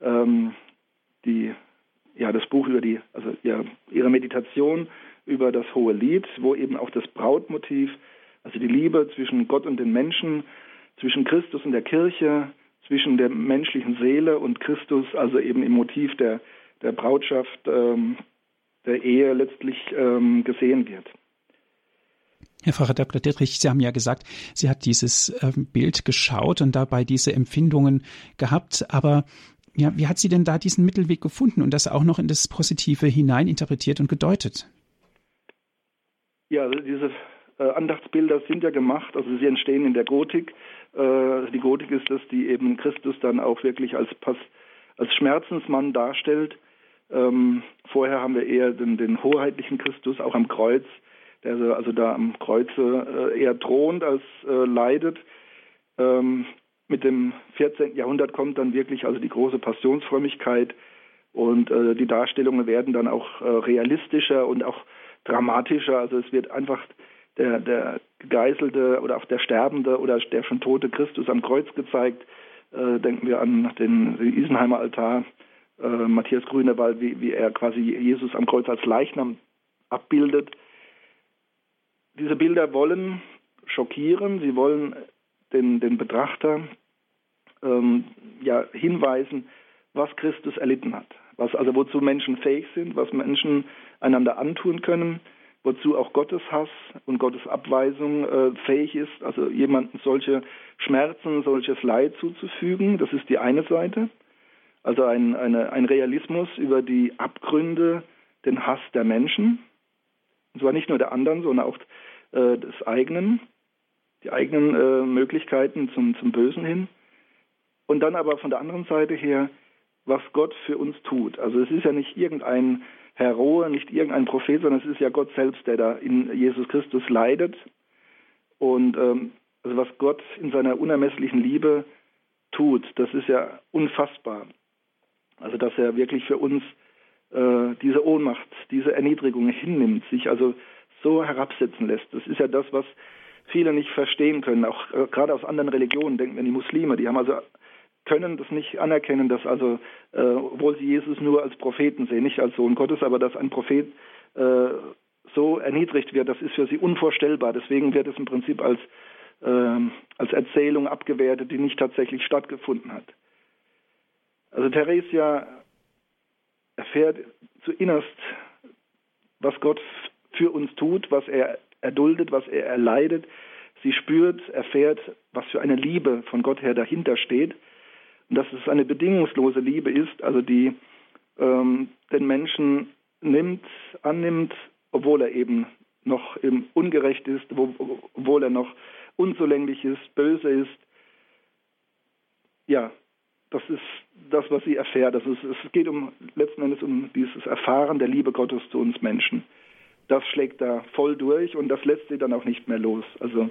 das Buch über ihre Meditation über das Hohe Lied, wo eben auch das Brautmotiv, also die Liebe zwischen Gott und den Menschen, zwischen Christus und der Kirche, zwischen der menschlichen Seele und Christus, also eben im Motiv der Brautschaft, der Ehe letztlich gesehen wird. Herr Pfarrer Dr. Dittrich, Sie haben ja gesagt, Sie hat dieses Bild geschaut und dabei diese Empfindungen gehabt, aber wie hat sie denn da diesen Mittelweg gefunden und das auch noch in das Positive hinein interpretiert und gedeutet? Ja, also diese Andachtsbilder sind ja gemacht, also sie entstehen in der Gotik. Die Gotik ist das, die eben Christus dann auch wirklich als Schmerzensmann darstellt. Vorher haben wir eher den hoheitlichen Christus, auch am Kreuz, der also da am Kreuze eher thront als leidet. Mit dem 14. Jahrhundert kommt dann wirklich also die große Passionsfrömmigkeit und die Darstellungen werden dann auch realistischer und auch dramatischer. Also es wird einfach der gegeißelte oder auch der sterbende oder der schon tote Christus am Kreuz gezeigt. Denken wir an den Isenheimer Altar, Matthias Grünewald, wie er quasi Jesus am Kreuz als Leichnam abbildet. Diese Bilder wollen schockieren, sie wollen den Betrachter hinweisen, was Christus erlitten hat, also wozu Menschen fähig sind, was Menschen einander antun können, wozu auch Gottes Hass und Gottes Abweisung fähig ist, also jemandem solche Schmerzen, solches Leid zuzufügen. Das ist die eine Seite, also ein Realismus über die Abgründe, den Hass der Menschen, und zwar nicht nur der anderen, sondern auch des eigenen, die eigenen Möglichkeiten zum Bösen hin. Und dann aber von der anderen Seite her, was Gott für uns tut. Also es ist ja nicht irgendein Heroe, nicht irgendein Prophet, sondern es ist ja Gott selbst, der da in Jesus Christus leidet. Und also was Gott in seiner unermesslichen Liebe tut, das ist ja unfassbar. Also dass er wirklich für uns diese Ohnmacht, diese Erniedrigung hinnimmt, sich also so herabsetzen lässt. Das ist ja das, was viele nicht verstehen können, auch gerade aus anderen Religionen, denken wir an die Muslime, die haben also können das nicht anerkennen, dass also, obwohl sie Jesus nur als Propheten sehen, nicht als Sohn Gottes, aber dass ein Prophet so erniedrigt wird, das ist für sie unvorstellbar. Deswegen wird es im Prinzip als Erzählung abgewertet, die nicht tatsächlich stattgefunden hat. Also Theresia erfährt zuinnerst, was Gott für uns tut, was er erduldet, was er erleidet. Sie spürt, erfährt, was für eine Liebe von Gott her dahinter steht. Und dass es eine bedingungslose Liebe ist, also die den Menschen annimmt, obwohl er eben noch ungerecht ist, obwohl er noch unzulänglich ist, böse ist. Ja, das ist das, was sie erfährt. Also es geht letzten Endes um dieses Erfahren der Liebe Gottes zu uns Menschen. Das schlägt da voll durch und das lässt sie dann auch nicht mehr los. Also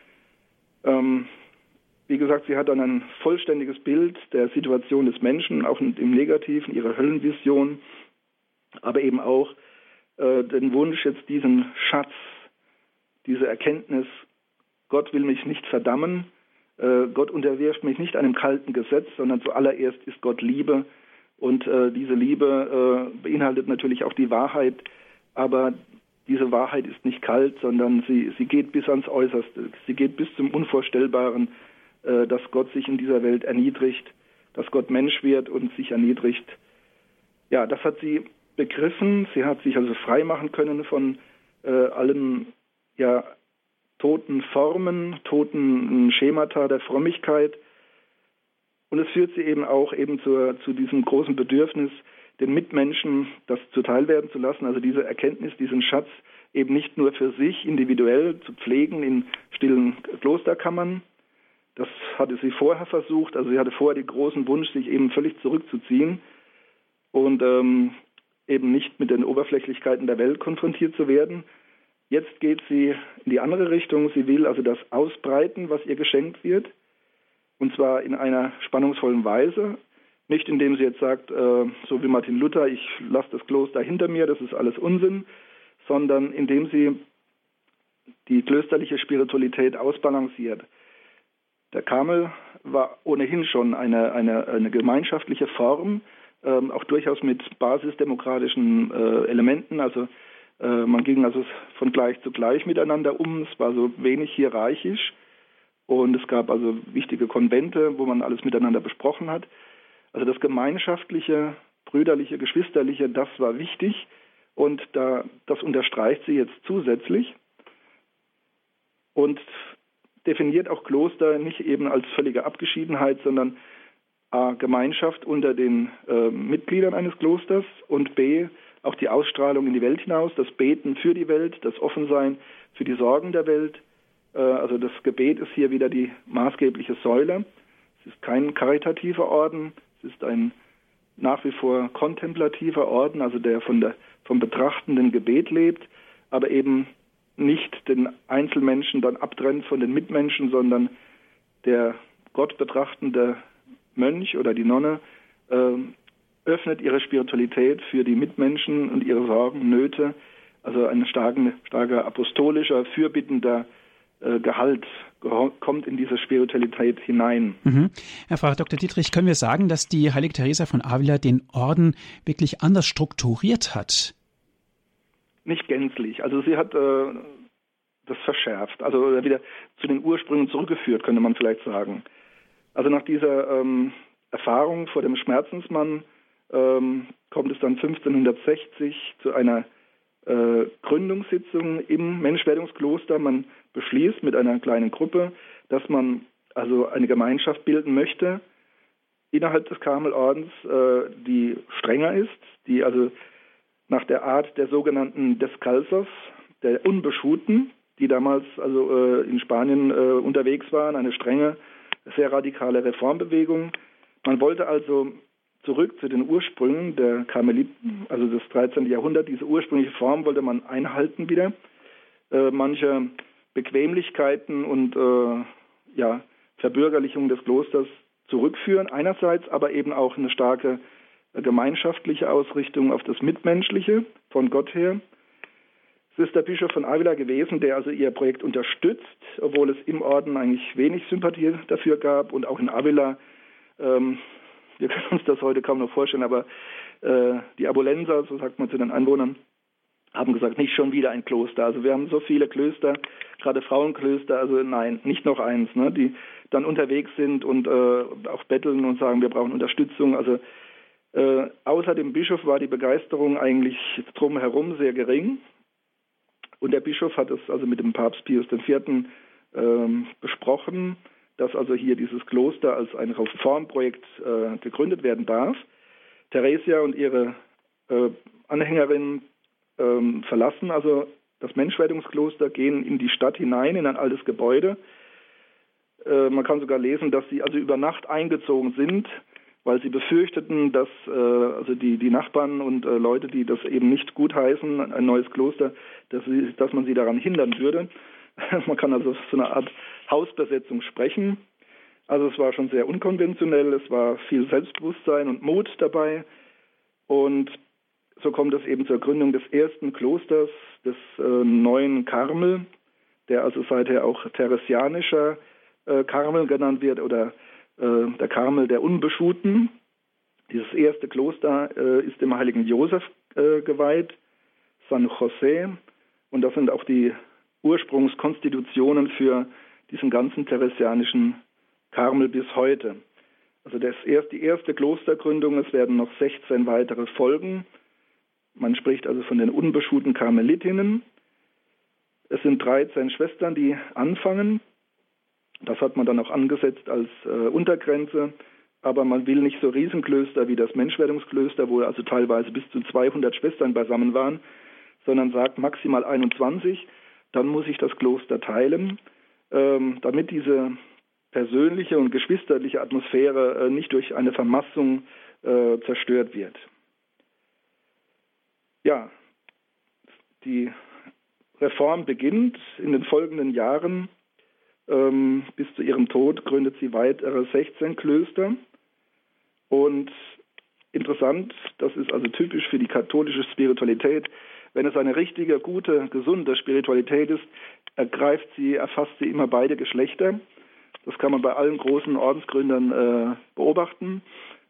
wie gesagt, sie hat dann ein vollständiges Bild der Situation des Menschen, auch im Negativen, ihre Höllenvision, aber eben auch den Wunsch, jetzt diesen Schatz, diese Erkenntnis, Gott will mich nicht verdammen, Gott unterwirft mich nicht einem kalten Gesetz, sondern zuallererst ist Gott Liebe und diese Liebe beinhaltet natürlich auch die Wahrheit, aber diese Wahrheit ist nicht kalt, sondern sie geht bis ans Äußerste, sie geht bis zum Unvorstellbaren, dass Gott sich in dieser Welt erniedrigt, dass Gott Mensch wird und sich erniedrigt. Ja, das hat sie begriffen. Sie hat sich also frei machen können von allen toten Formen, toten Schemata der Frömmigkeit. Und es führt sie eben auch zu diesem großen Bedürfnis, den Mitmenschen das zuteilwerden zu lassen, also diese Erkenntnis, diesen Schatz eben nicht nur für sich individuell zu pflegen in stillen Klosterkammern. Das hatte sie vorher versucht, also sie hatte vorher den großen Wunsch, sich eben völlig zurückzuziehen und eben nicht mit den Oberflächlichkeiten der Welt konfrontiert zu werden. Jetzt geht sie in die andere Richtung, sie will also das ausbreiten, was ihr geschenkt wird, und zwar in einer spannungsvollen Weise. Nicht indem sie jetzt sagt, so wie Martin Luther, ich lasse das Kloster hinter mir, das ist alles Unsinn, sondern indem sie die klösterliche Spiritualität ausbalanciert. Der Karmel war ohnehin schon eine gemeinschaftliche Form, auch durchaus mit basisdemokratischen Elementen. Also man ging also von gleich zu gleich miteinander um, es war so wenig hierarchisch und es gab also wichtige Konvente, wo man alles miteinander besprochen hat. Also das gemeinschaftliche, brüderliche, geschwisterliche, das war wichtig und das unterstreicht sie jetzt zusätzlich und definiert auch Kloster nicht eben als völlige Abgeschiedenheit, sondern A, Gemeinschaft unter den Mitgliedern eines Klosters und B, auch die Ausstrahlung in die Welt hinaus, das Beten für die Welt, das Offensein für die Sorgen der Welt. Also das Gebet ist hier wieder die maßgebliche Säule. Es ist kein karitativer Orden, es ist ein nach wie vor kontemplativer Orden, also der vom betrachtenden Gebet lebt, aber eben nicht den Einzelmenschen dann abtrennt von den Mitmenschen, sondern der Gott betrachtende Mönch oder die Nonne öffnet ihre Spiritualität für die Mitmenschen und ihre Sorgen, Nöte, also ein starker apostolischer, fürbittender Gehalt kommt in diese Spiritualität hinein. Mhm. Herr Pfarrer Dr. Dietrich, können wir sagen, dass die heilige Teresa von Avila den Orden wirklich anders strukturiert hat? Nicht gänzlich. Also sie hat das verschärft, also wieder zu den Ursprüngen zurückgeführt, könnte man vielleicht sagen. Also nach dieser Erfahrung vor dem Schmerzensmann kommt es dann 1560 zu einer Gründungssitzung im Menschwerdungskloster. Man beschließt mit einer kleinen Gruppe, dass man also eine Gemeinschaft bilden möchte innerhalb des Karmelordens, die strenger ist, die also nach der Art der sogenannten Descalzos, der Unbeschuhten, die damals also in Spanien unterwegs waren, eine strenge, sehr radikale Reformbewegung. Man wollte also zurück zu den Ursprüngen der Karmeliten, also das 13. Jahrhundert. Diese ursprüngliche Form wollte man einhalten wieder. Manche Bequemlichkeiten und Verbürgerlichung des Klosters zurückführen einerseits, aber eben auch eine starke gemeinschaftliche Ausrichtung auf das Mitmenschliche von Gott her. Es ist der Bischof von Avila gewesen, der also ihr Projekt unterstützt, obwohl es im Orden eigentlich wenig Sympathie dafür gab. Und auch in Avila, wir können uns das heute kaum noch vorstellen, aber die Abulenser, so sagt man zu den Anwohnern, haben gesagt, nicht schon wieder ein Kloster. Also wir haben so viele Klöster, gerade Frauenklöster, also nein, nicht noch eins, ne, die dann unterwegs sind und auch betteln und sagen, wir brauchen Unterstützung. Also außer dem Bischof war die Begeisterung eigentlich drumherum sehr gering. Und der Bischof hat es also mit dem Papst Pius IV. Besprochen, dass also hier dieses Kloster als ein Reformprojekt gegründet werden darf. Theresia und ihre Anhängerinnen verlassen also das Menschwerdungskloster, gehen in die Stadt hinein, in ein altes Gebäude. Man kann sogar lesen, dass sie also über Nacht eingezogen sind, weil sie befürchteten, dass also die Nachbarn und Leute, die das eben nicht gutheißen, ein neues Kloster, dass man sie daran hindern würde. Man kann also so eine Art Hausbesetzung sprechen. Also es war schon sehr unkonventionell, es war viel Selbstbewusstsein und Mut dabei. Und so kommt es eben zur Gründung des ersten Klosters, des neuen Karmel, der also seither auch theresianischer Karmel genannt wird oder der Karmel der Unbeschuhten. Dieses erste Kloster ist dem heiligen Josef geweiht, San José, und das sind auch die Ursprungskonstitutionen für diesen ganzen theresianischen Karmel bis heute. Also die erste Klostergründung, es werden noch 16 weitere folgen. Man spricht also von den unbeschuhten Karmelitinnen. Es sind 13 Schwestern, die anfangen. Das hat man dann auch angesetzt als Untergrenze. Aber man will nicht so Riesenklöster wie das Menschwerdungsklöster, wo also teilweise bis zu 200 Schwestern beisammen waren, sondern sagt maximal 21. Dann muss sich das Kloster teilen, damit diese persönliche und geschwisterliche Atmosphäre nicht durch eine Vermassung zerstört wird. Ja, die Reform beginnt in den folgenden Jahren. Bis zu ihrem Tod gründet sie weitere 16 Klöster. Und interessant, das ist also typisch für die katholische Spiritualität, wenn es eine richtige, gute, gesunde Spiritualität ist, erfasst sie immer beide Geschlechter. Das kann man bei allen großen Ordensgründern beobachten.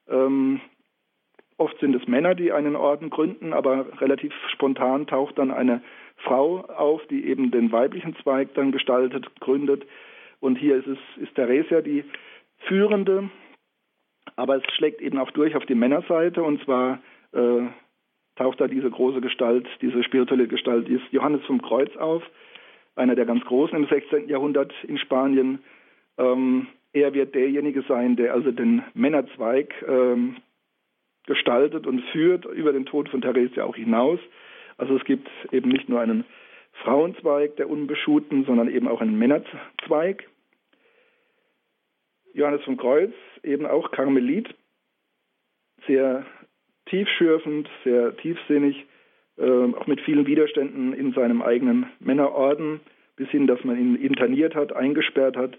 Oft sind es Männer, die einen Orden gründen, aber relativ spontan taucht dann eine Frau auf, die eben den weiblichen Zweig dann gestaltet, gründet. Und hier ist Theresia die führende, aber es schlägt eben auch durch auf die Männerseite, und zwar taucht da diese große Gestalt, diese spirituelle Gestalt, die ist Johannes vom Kreuz auf, einer der ganz Großen im 16. Jahrhundert in Spanien. Er wird derjenige sein, der also den Männerzweig gestaltet und führt über den Tod von Theresia auch hinaus. Also es gibt eben nicht nur einen Frauenzweig der Unbeschuhten, sondern eben auch einen Männerzweig. Johannes vom Kreuz, eben auch Karmelit, sehr tiefschürfend, sehr tiefsinnig, auch mit vielen Widerständen in seinem eigenen Männerorden, bis hin, dass man ihn interniert hat, eingesperrt hat.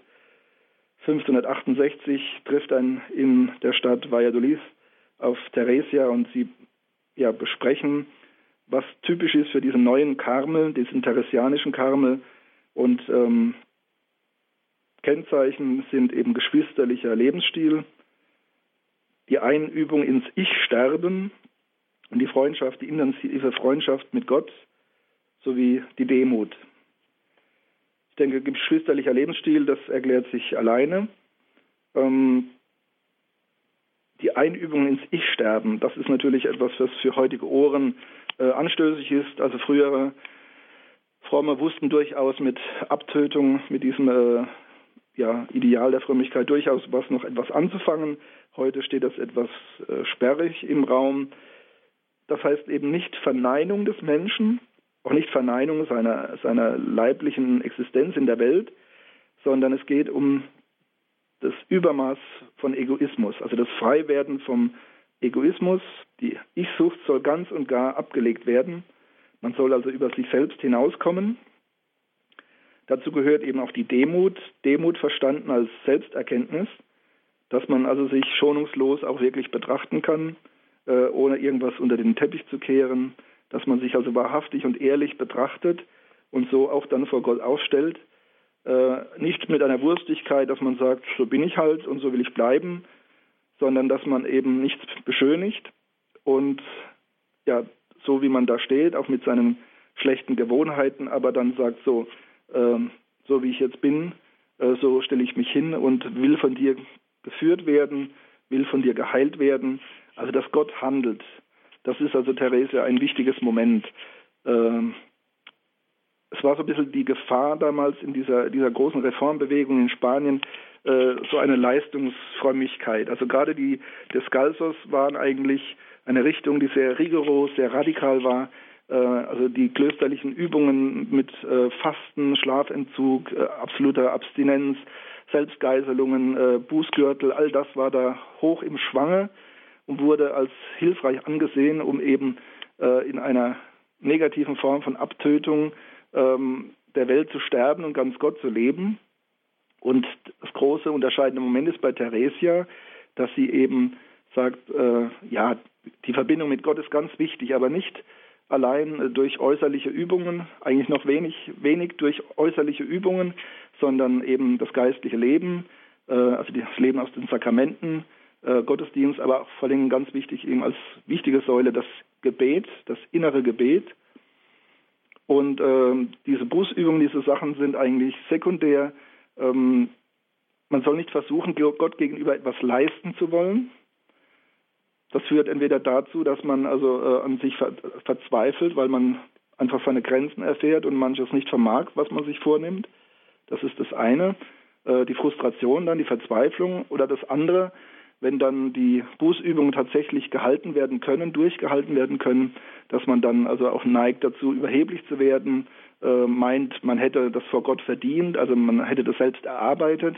1568 trifft er in der Stadt Valladolid auf Theresia und sie besprechen, was typisch ist für diesen neuen Karmel, diesen theresianischen Karmel. Und Kennzeichen sind eben geschwisterlicher Lebensstil, die Einübung ins Ich-Sterben und die Freundschaft, die intensive Freundschaft mit Gott sowie die Demut. Ich denke, geschwisterlicher Lebensstil, das erklärt sich alleine. Die Einübung ins Ich-Sterben, das ist natürlich etwas, was für heutige Ohren anstößig ist. Also frühere Fromme wussten durchaus mit Abtötung, mit diesem Ideal der Frömmigkeit durchaus noch etwas anzufangen. Heute steht das etwas sperrig im Raum. Das heißt eben nicht Verneinung des Menschen, auch nicht Verneinung seiner leiblichen Existenz in der Welt, sondern es geht um das Übermaß von Egoismus, also das Freiwerden vom Egoismus. Die Ich-Sucht soll ganz und gar abgelegt werden. Man soll also über sich selbst hinauskommen. Dazu gehört eben auch die Demut verstanden als Selbsterkenntnis, dass man also sich schonungslos auch wirklich betrachten kann, ohne irgendwas unter den Teppich zu kehren, dass man sich also wahrhaftig und ehrlich betrachtet und so auch dann vor Gott aufstellt. Nicht mit einer Wurstigkeit, dass man sagt, so bin ich halt und so will ich bleiben, sondern dass man eben nichts beschönigt und ja, so wie man da steht, auch mit seinen schlechten Gewohnheiten, aber dann sagt so wie ich jetzt bin, so stelle ich mich hin und will von dir geführt werden, will von dir geheilt werden. Also dass Gott handelt, das ist also, Theresia, ein wichtiges Moment. Es war so ein bisschen die Gefahr damals in dieser großen Reformbewegung in Spanien, so eine Leistungsfrömmigkeit. Also gerade die Descalzos waren eigentlich eine Richtung, die sehr rigoros, sehr radikal war. Also die klösterlichen Übungen mit Fasten, Schlafentzug, absoluter Abstinenz, Selbstgeißelungen, Bußgürtel, all das war da hoch im Schwange und wurde als hilfreich angesehen, um eben in einer negativen Form von Abtötung der Welt zu sterben und ganz Gott zu leben. Und das große unterscheidende Moment ist bei Theresia, dass sie eben sagt, die Verbindung mit Gott ist ganz wichtig, aber nicht allein durch äußerliche Übungen, eigentlich noch wenig durch äußerliche Übungen, sondern eben das geistliche Leben, also das Leben aus den Sakramenten, Gottesdienst, aber auch vor allem ganz wichtig eben als wichtige Säule das Gebet, das innere Gebet. Und diese Bußübungen, diese Sachen sind eigentlich sekundär. Man soll nicht versuchen, Gott gegenüber etwas leisten zu wollen. Das führt entweder dazu, dass man also an sich verzweifelt, weil man einfach seine Grenzen erfährt und manches nicht vermag, was man sich vornimmt. Das ist das eine. Die Frustration, dann die Verzweiflung. Oder das andere, wenn dann die Bußübungen tatsächlich durchgehalten werden können, dass man dann also auch neigt dazu, überheblich zu werden, meint, man hätte das vor Gott verdient, also man hätte das selbst erarbeitet.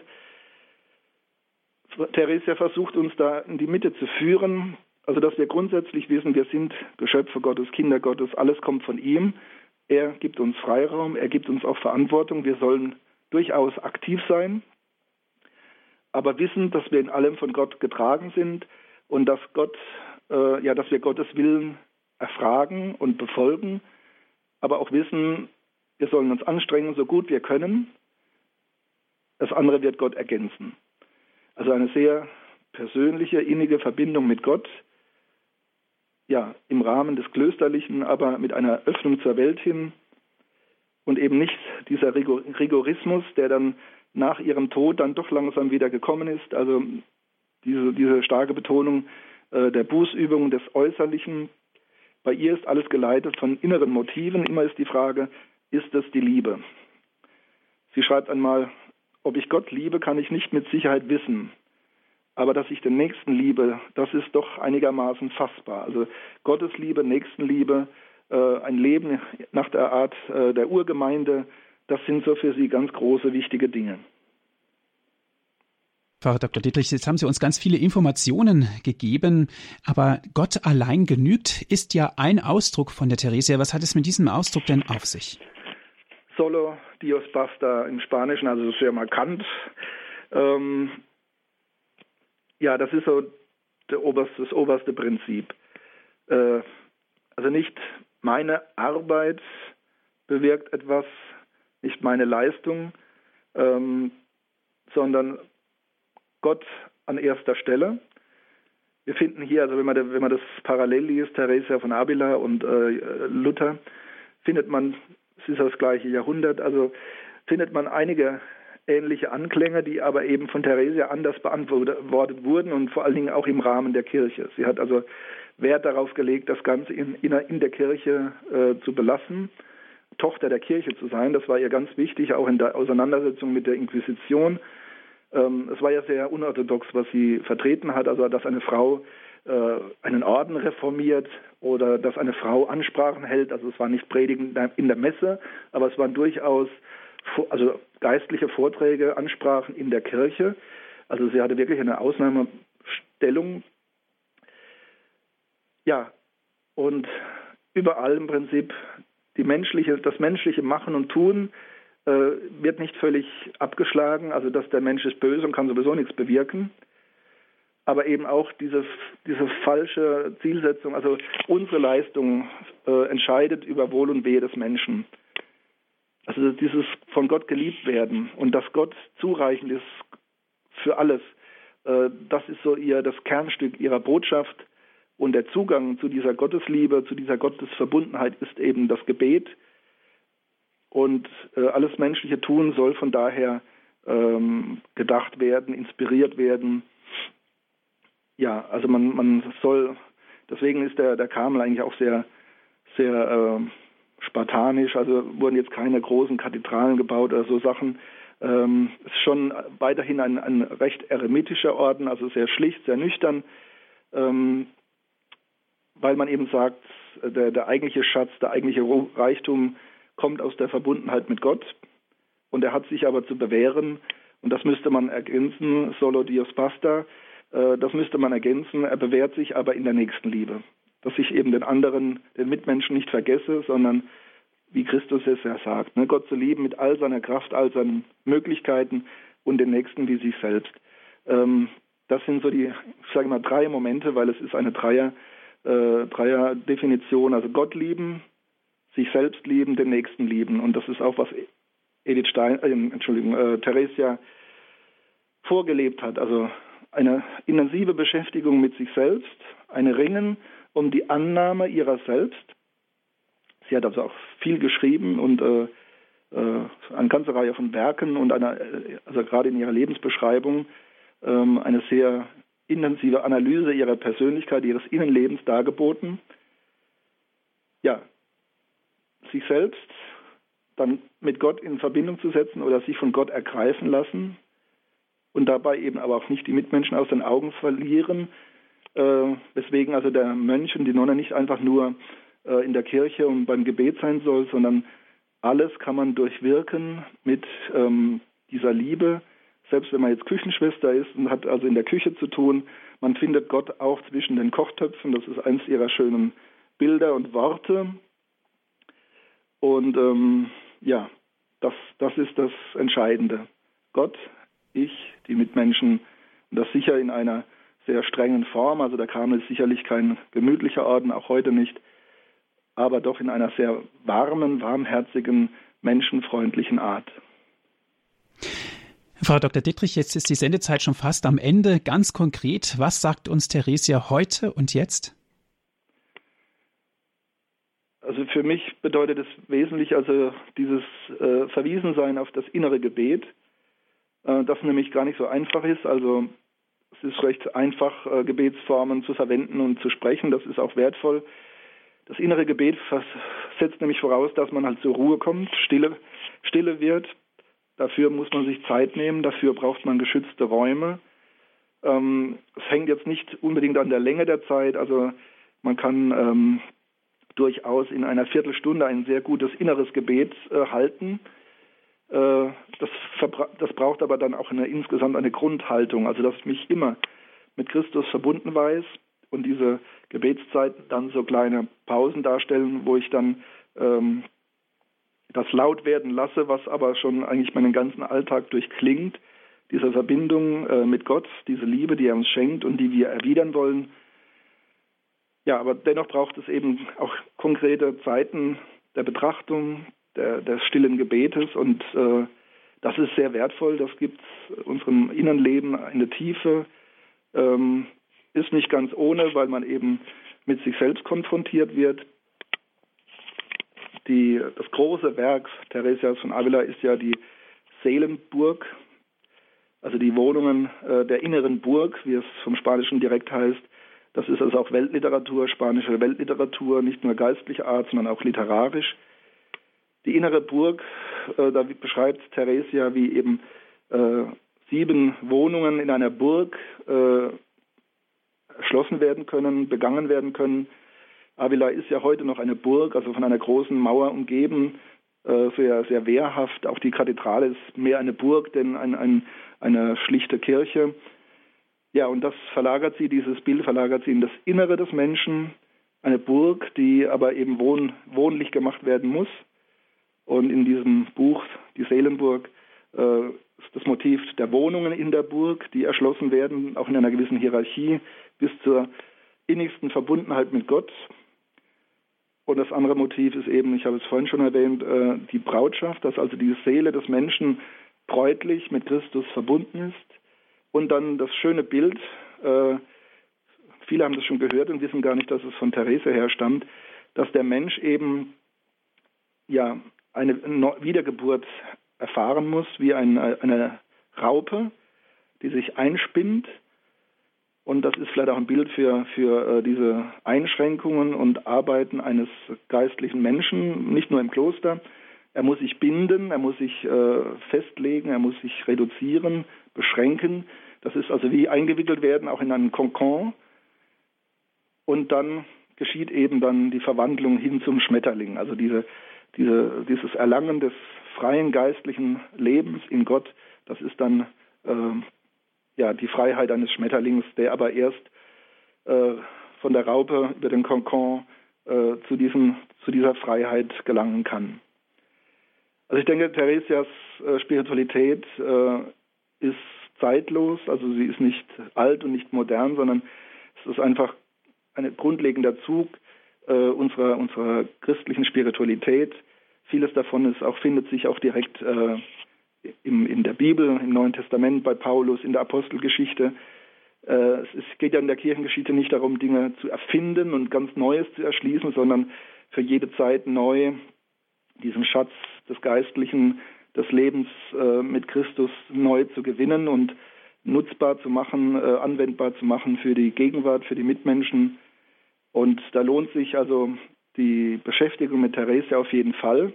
Theresia versucht uns da in die Mitte zu führen, also dass wir grundsätzlich wissen, wir sind Geschöpfe Gottes, Kinder Gottes, alles kommt von ihm. Er gibt uns Freiraum, er gibt uns auch Verantwortung, wir sollen durchaus aktiv sein, aber wissen, dass wir in allem von Gott getragen sind und dass dass wir Gottes Willen erfragen und befolgen, aber auch wissen, wir sollen uns anstrengen, so gut wir können. Das andere wird Gott ergänzen. Also eine sehr persönliche, innige Verbindung mit Gott, ja, im Rahmen des Klösterlichen, aber mit einer Öffnung zur Welt hin und eben nicht dieser Rigorismus, der dann nach ihrem Tod dann doch langsam wieder gekommen ist. Also diese starke Betonung der Bußübung, des Äußerlichen. Bei ihr ist alles geleitet von inneren Motiven. Immer ist die Frage, ist es die Liebe? Sie schreibt einmal, ob ich Gott liebe, kann ich nicht mit Sicherheit wissen. Aber dass ich den Nächsten liebe, das ist doch einigermaßen fassbar. Also Gottes Liebe, Nächstenliebe, ein Leben nach der Art der Urgemeinde, das sind so für sie ganz große, wichtige Dinge. Pfarrer Dr. Dittrich, jetzt haben Sie uns ganz viele Informationen gegeben, aber Gott allein genügt ist ja ein Ausdruck von der Theresia. Was hat es mit diesem Ausdruck denn auf sich? Solo Dios basta im Spanischen, also sehr markant. Das ist so das oberste Prinzip. Also nicht meine Arbeit bewirkt etwas, nicht meine Leistung, sondern Gott an erster Stelle. Wir finden hier, also wenn man das parallel liest, Theresia von Avila und Luther, findet man, es ist das gleiche Jahrhundert, also findet man einige ähnliche Anklänge, die aber eben von Theresia anders beantwortet wurden und vor allen Dingen auch im Rahmen der Kirche. Sie hat also Wert darauf gelegt, das Ganze in der Kirche zu belassen, Tochter der Kirche zu sein. Das war ihr ganz wichtig, auch in der Auseinandersetzung mit der Inquisition. Es war ja sehr unorthodox, was sie vertreten hat, also dass eine Frau einen Orden reformiert oder dass eine Frau Ansprachen hält. Also es war nicht Predigen in der Messe, aber es waren durchaus geistliche Vorträge, Ansprachen in der Kirche. Also sie hatte wirklich eine Ausnahmestellung. Ja, und überall im Prinzip das menschliche Machen und Tun wird nicht völlig abgeschlagen, also dass der Mensch ist böse und kann sowieso nichts bewirken. Aber eben auch diese falsche Zielsetzung, also unsere Leistung entscheidet über Wohl und Wehe des Menschen. Also dieses von Gott geliebt werden und dass Gott zureichend ist für alles, das ist so das Kernstück ihrer Botschaft. Und der Zugang zu dieser Gottesliebe, zu dieser Gottesverbundenheit ist eben das Gebet. Und alles menschliche Tun soll von daher gedacht werden, inspiriert werden. Ja, also man soll, deswegen ist der Karmel eigentlich auch sehr, sehr spartanisch, also wurden jetzt keine großen Kathedralen gebaut oder so Sachen. Es ist schon weiterhin ein recht eremitischer Orden, also sehr schlicht, sehr nüchtern, weil man eben sagt, der eigentliche Schatz, der eigentliche Reichtum kommt aus der Verbundenheit mit Gott und er hat sich aber zu bewähren und das müsste man ergänzen, solo Dios basta, das müsste man ergänzen, er bewährt sich aber in der Nächstenliebe, dass ich eben den Mitmenschen nicht vergesse, sondern wie Christus es ja sagt, ne, Gott zu lieben mit all seiner Kraft, all seinen Möglichkeiten und den Nächsten wie sich selbst. Das sind so die, ich sage mal, 3 Momente, weil es ist eine Dreier-Definition, also Gott lieben, sich selbst lieben, den Nächsten lieben. Und das ist auch, was Theresia vorgelebt hat. Also eine intensive Beschäftigung mit sich selbst, eine Ringen um die Annahme ihrer selbst. Sie hat also auch viel geschrieben und eine ganze Reihe von Werken und also gerade in ihrer Lebensbeschreibung eine sehr intensive Analyse ihrer Persönlichkeit, ihres Innenlebens dargeboten. Ja, sich selbst dann mit Gott in Verbindung zu setzen oder sich von Gott ergreifen lassen und dabei eben aber auch nicht die Mitmenschen aus den Augen verlieren, weswegen also der Mönch und die Nonne nicht einfach nur in der Kirche und beim Gebet sein soll, sondern alles kann man durchwirken mit dieser Liebe, selbst wenn man jetzt Küchenschwester ist und hat also in der Küche zu tun. Man findet Gott auch zwischen den Kochtöpfen, das ist eines ihrer schönen Bilder und Worte. Und das ist das Entscheidende. Gott, ich, die Mitmenschen, und das sicher in einer sehr strengen Form, also der Karmel ist sicherlich kein gemütlicher Orden, auch heute nicht, aber doch in einer sehr warmen, warmherzigen, menschenfreundlichen Art. Frau Dr. Dittrich, jetzt ist die Sendezeit schon fast am Ende. Ganz konkret, was sagt uns Theresia heute und jetzt? Also für mich bedeutet es wesentlich also dieses Verwiesensein auf das innere Gebet, das nämlich gar nicht so einfach ist. Also es ist recht einfach, Gebetsformen zu verwenden und zu sprechen. Das ist auch wertvoll. Das innere Gebet setzt nämlich voraus, dass man halt zur Ruhe kommt, stille wird. Dafür muss man sich Zeit nehmen, dafür braucht man geschützte Räume. Es hängt jetzt nicht unbedingt an der Länge der Zeit, also man kann durchaus in einer Viertelstunde ein sehr gutes inneres Gebet halten. Das braucht aber dann auch insgesamt eine Grundhaltung, also dass ich mich immer mit Christus verbunden weiß und diese Gebetszeiten dann so kleine Pausen darstellen, wo ich dann das laut werden lasse, was aber schon eigentlich meinen ganzen Alltag durchklingt, diese Verbindung mit Gott, diese Liebe, die er uns schenkt und die wir erwidern wollen. Ja, aber dennoch braucht es eben auch konkrete Zeiten der Betrachtung, des stillen Gebetes und das ist sehr wertvoll, das gibt unserem Innenleben eine Tiefe, ist nicht ganz ohne, weil man eben mit sich selbst konfrontiert wird. Das große Werk Theresias von Avila ist ja die Seelenburg, also die Wohnungen der inneren Burg, wie es vom Spanischen direkt heißt. Das ist also auch Weltliteratur, spanische Weltliteratur, nicht nur geistlicher Art, sondern auch literarisch. Die innere Burg, da beschreibt Theresia, wie eben 7 Wohnungen in einer Burg erschlossen werden können, begangen werden können. Avila ist ja heute noch eine Burg, also von einer großen Mauer umgeben, sehr, sehr wehrhaft. Auch die Kathedrale ist mehr eine Burg, denn eine schlichte Kirche. Ja, und dieses Bild verlagert sie in das Innere des Menschen, eine Burg, die aber eben wohnlich gemacht werden muss. Und in diesem Buch, die Seelenburg, ist das Motiv der Wohnungen in der Burg, die erschlossen werden, auch in einer gewissen Hierarchie, bis zur innigsten Verbundenheit mit Gott. Und das andere Motiv ist eben, ich habe es vorhin schon erwähnt, die Brautschaft, dass also die Seele des Menschen bräutlich mit Christus verbunden ist. Und dann das schöne Bild, viele haben das schon gehört und wissen gar nicht, dass es von Therese herstammt, dass der Mensch eben ja eine Wiedergeburt erfahren muss, wie eine Raupe, die sich einspinnt. Und das ist vielleicht auch ein Bild für diese Einschränkungen und Arbeiten eines geistlichen Menschen, nicht nur im Kloster. Er muss sich binden, er muss sich festlegen, er muss sich reduzieren, beschränken. Das ist also wie eingewickelt werden, auch in einen Kokon. Und dann geschieht eben dann die Verwandlung hin zum Schmetterling. Also dieses Erlangen des freien geistlichen Lebens in Gott, das ist dann die Freiheit eines Schmetterlings, der aber erst von der Raupe über den Kokon zu dieser Freiheit gelangen kann. Also ich denke, Theresias Spiritualität ist zeitlos, also sie ist nicht alt und nicht modern, sondern es ist einfach ein grundlegender Zug unserer christlichen Spiritualität. Vieles davon findet sich auch direkt in der Bibel, im Neuen Testament, bei Paulus, in der Apostelgeschichte. Es geht ja in der Kirchengeschichte nicht darum, Dinge zu erfinden und ganz Neues zu erschließen, sondern für jede Zeit neu diesen Schatz des Geistlichen, des Lebens mit Christus neu zu gewinnen und nutzbar zu machen, anwendbar zu machen für die Gegenwart, für die Mitmenschen. Und da lohnt sich also die Beschäftigung mit Theresia auf jeden Fall.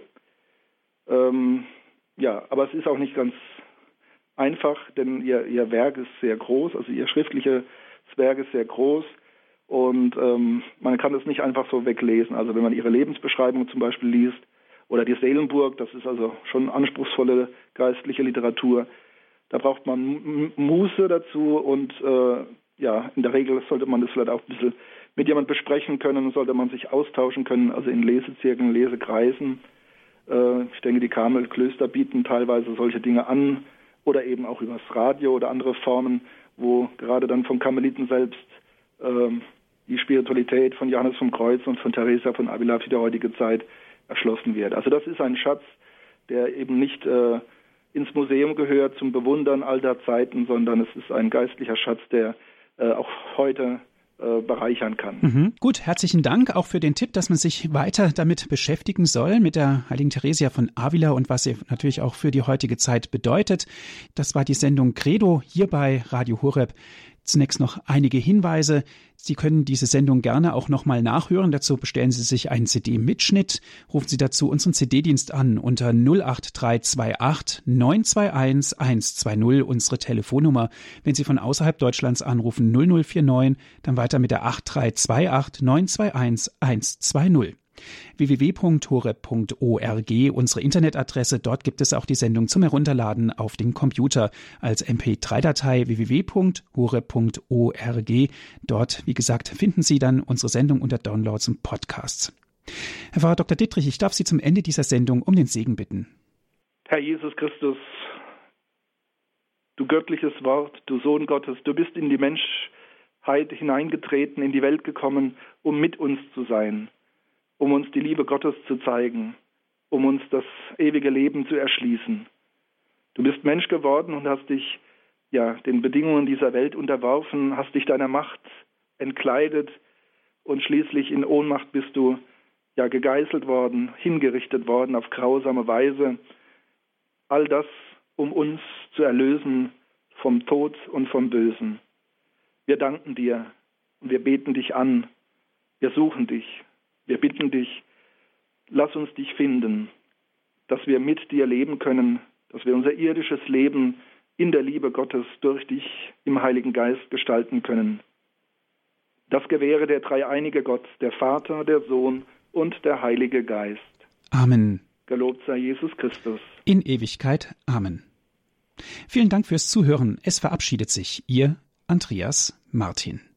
Aber es ist auch nicht ganz einfach, denn ihr Werk ist sehr groß, also ihr schriftliches Werk ist sehr groß und man kann es nicht einfach so weglesen. Also wenn man ihre Lebensbeschreibung zum Beispiel liest oder die Seelenburg, das ist also schon anspruchsvolle geistliche Literatur, da braucht man Muße dazu und in der Regel sollte man das vielleicht auch ein bisschen mit jemand besprechen können, sollte man sich austauschen können, also in Lesezirkeln, Lesekreisen. Ich denke, die Karmelklöster bieten teilweise solche Dinge an oder eben auch übers Radio oder andere Formen, wo gerade dann vom Karmeliten selbst die Spiritualität von Johannes vom Kreuz und von Theresia von Avila für die heutige Zeit erschlossen wird. Also das ist ein Schatz, der eben nicht ins Museum gehört zum Bewundern alter Zeiten, sondern es ist ein geistlicher Schatz, der auch heute bereichern kann. Gut, herzlichen Dank auch für den Tipp, dass man sich weiter damit beschäftigen soll, mit der heiligen Theresia von Avila und was sie natürlich auch für die heutige Zeit bedeutet. Das war die Sendung Credo hier bei Radio Horeb. Zunächst noch einige Hinweise. Sie können diese Sendung gerne auch nochmal nachhören. Dazu bestellen Sie sich einen CD-Mitschnitt. Rufen Sie dazu unseren CD-Dienst an unter 08328 921 120, unsere Telefonnummer. Wenn Sie von außerhalb Deutschlands anrufen, 0049, dann weiter mit der 8328 921 120. www.horeb.org, unsere Internetadresse. Dort gibt es auch die Sendung zum Herunterladen auf den Computer als MP3-Datei www.horeb.org. Dort, wie gesagt, finden Sie dann unsere Sendung unter Downloads und Podcasts. Herr Pfarrer Dr. Dittrich, ich darf Sie zum Ende dieser Sendung um den Segen bitten. Herr Jesus Christus, du göttliches Wort, du Sohn Gottes, du bist in die Menschheit hineingetreten, in die Welt gekommen, um mit uns zu sein, um uns die Liebe Gottes zu zeigen, um uns das ewige Leben zu erschließen. Du bist Mensch geworden und hast dich den Bedingungen dieser Welt unterworfen, hast dich deiner Macht entkleidet und schließlich in Ohnmacht bist du gegeißelt worden, hingerichtet worden auf grausame Weise. All das um uns zu erlösen vom Tod und vom Bösen. Wir danken dir und wir beten dich an. Wir suchen dich. Wir bitten dich, lass uns dich finden, dass wir mit dir leben können, dass wir unser irdisches Leben in der Liebe Gottes durch dich im Heiligen Geist gestalten können. Das gewähre der dreieinige Gott, der Vater, der Sohn und der Heilige Geist. Amen. Gelobt sei Jesus Christus. In Ewigkeit. Amen. Vielen Dank fürs Zuhören. Es verabschiedet sich Ihr Andreas Martin.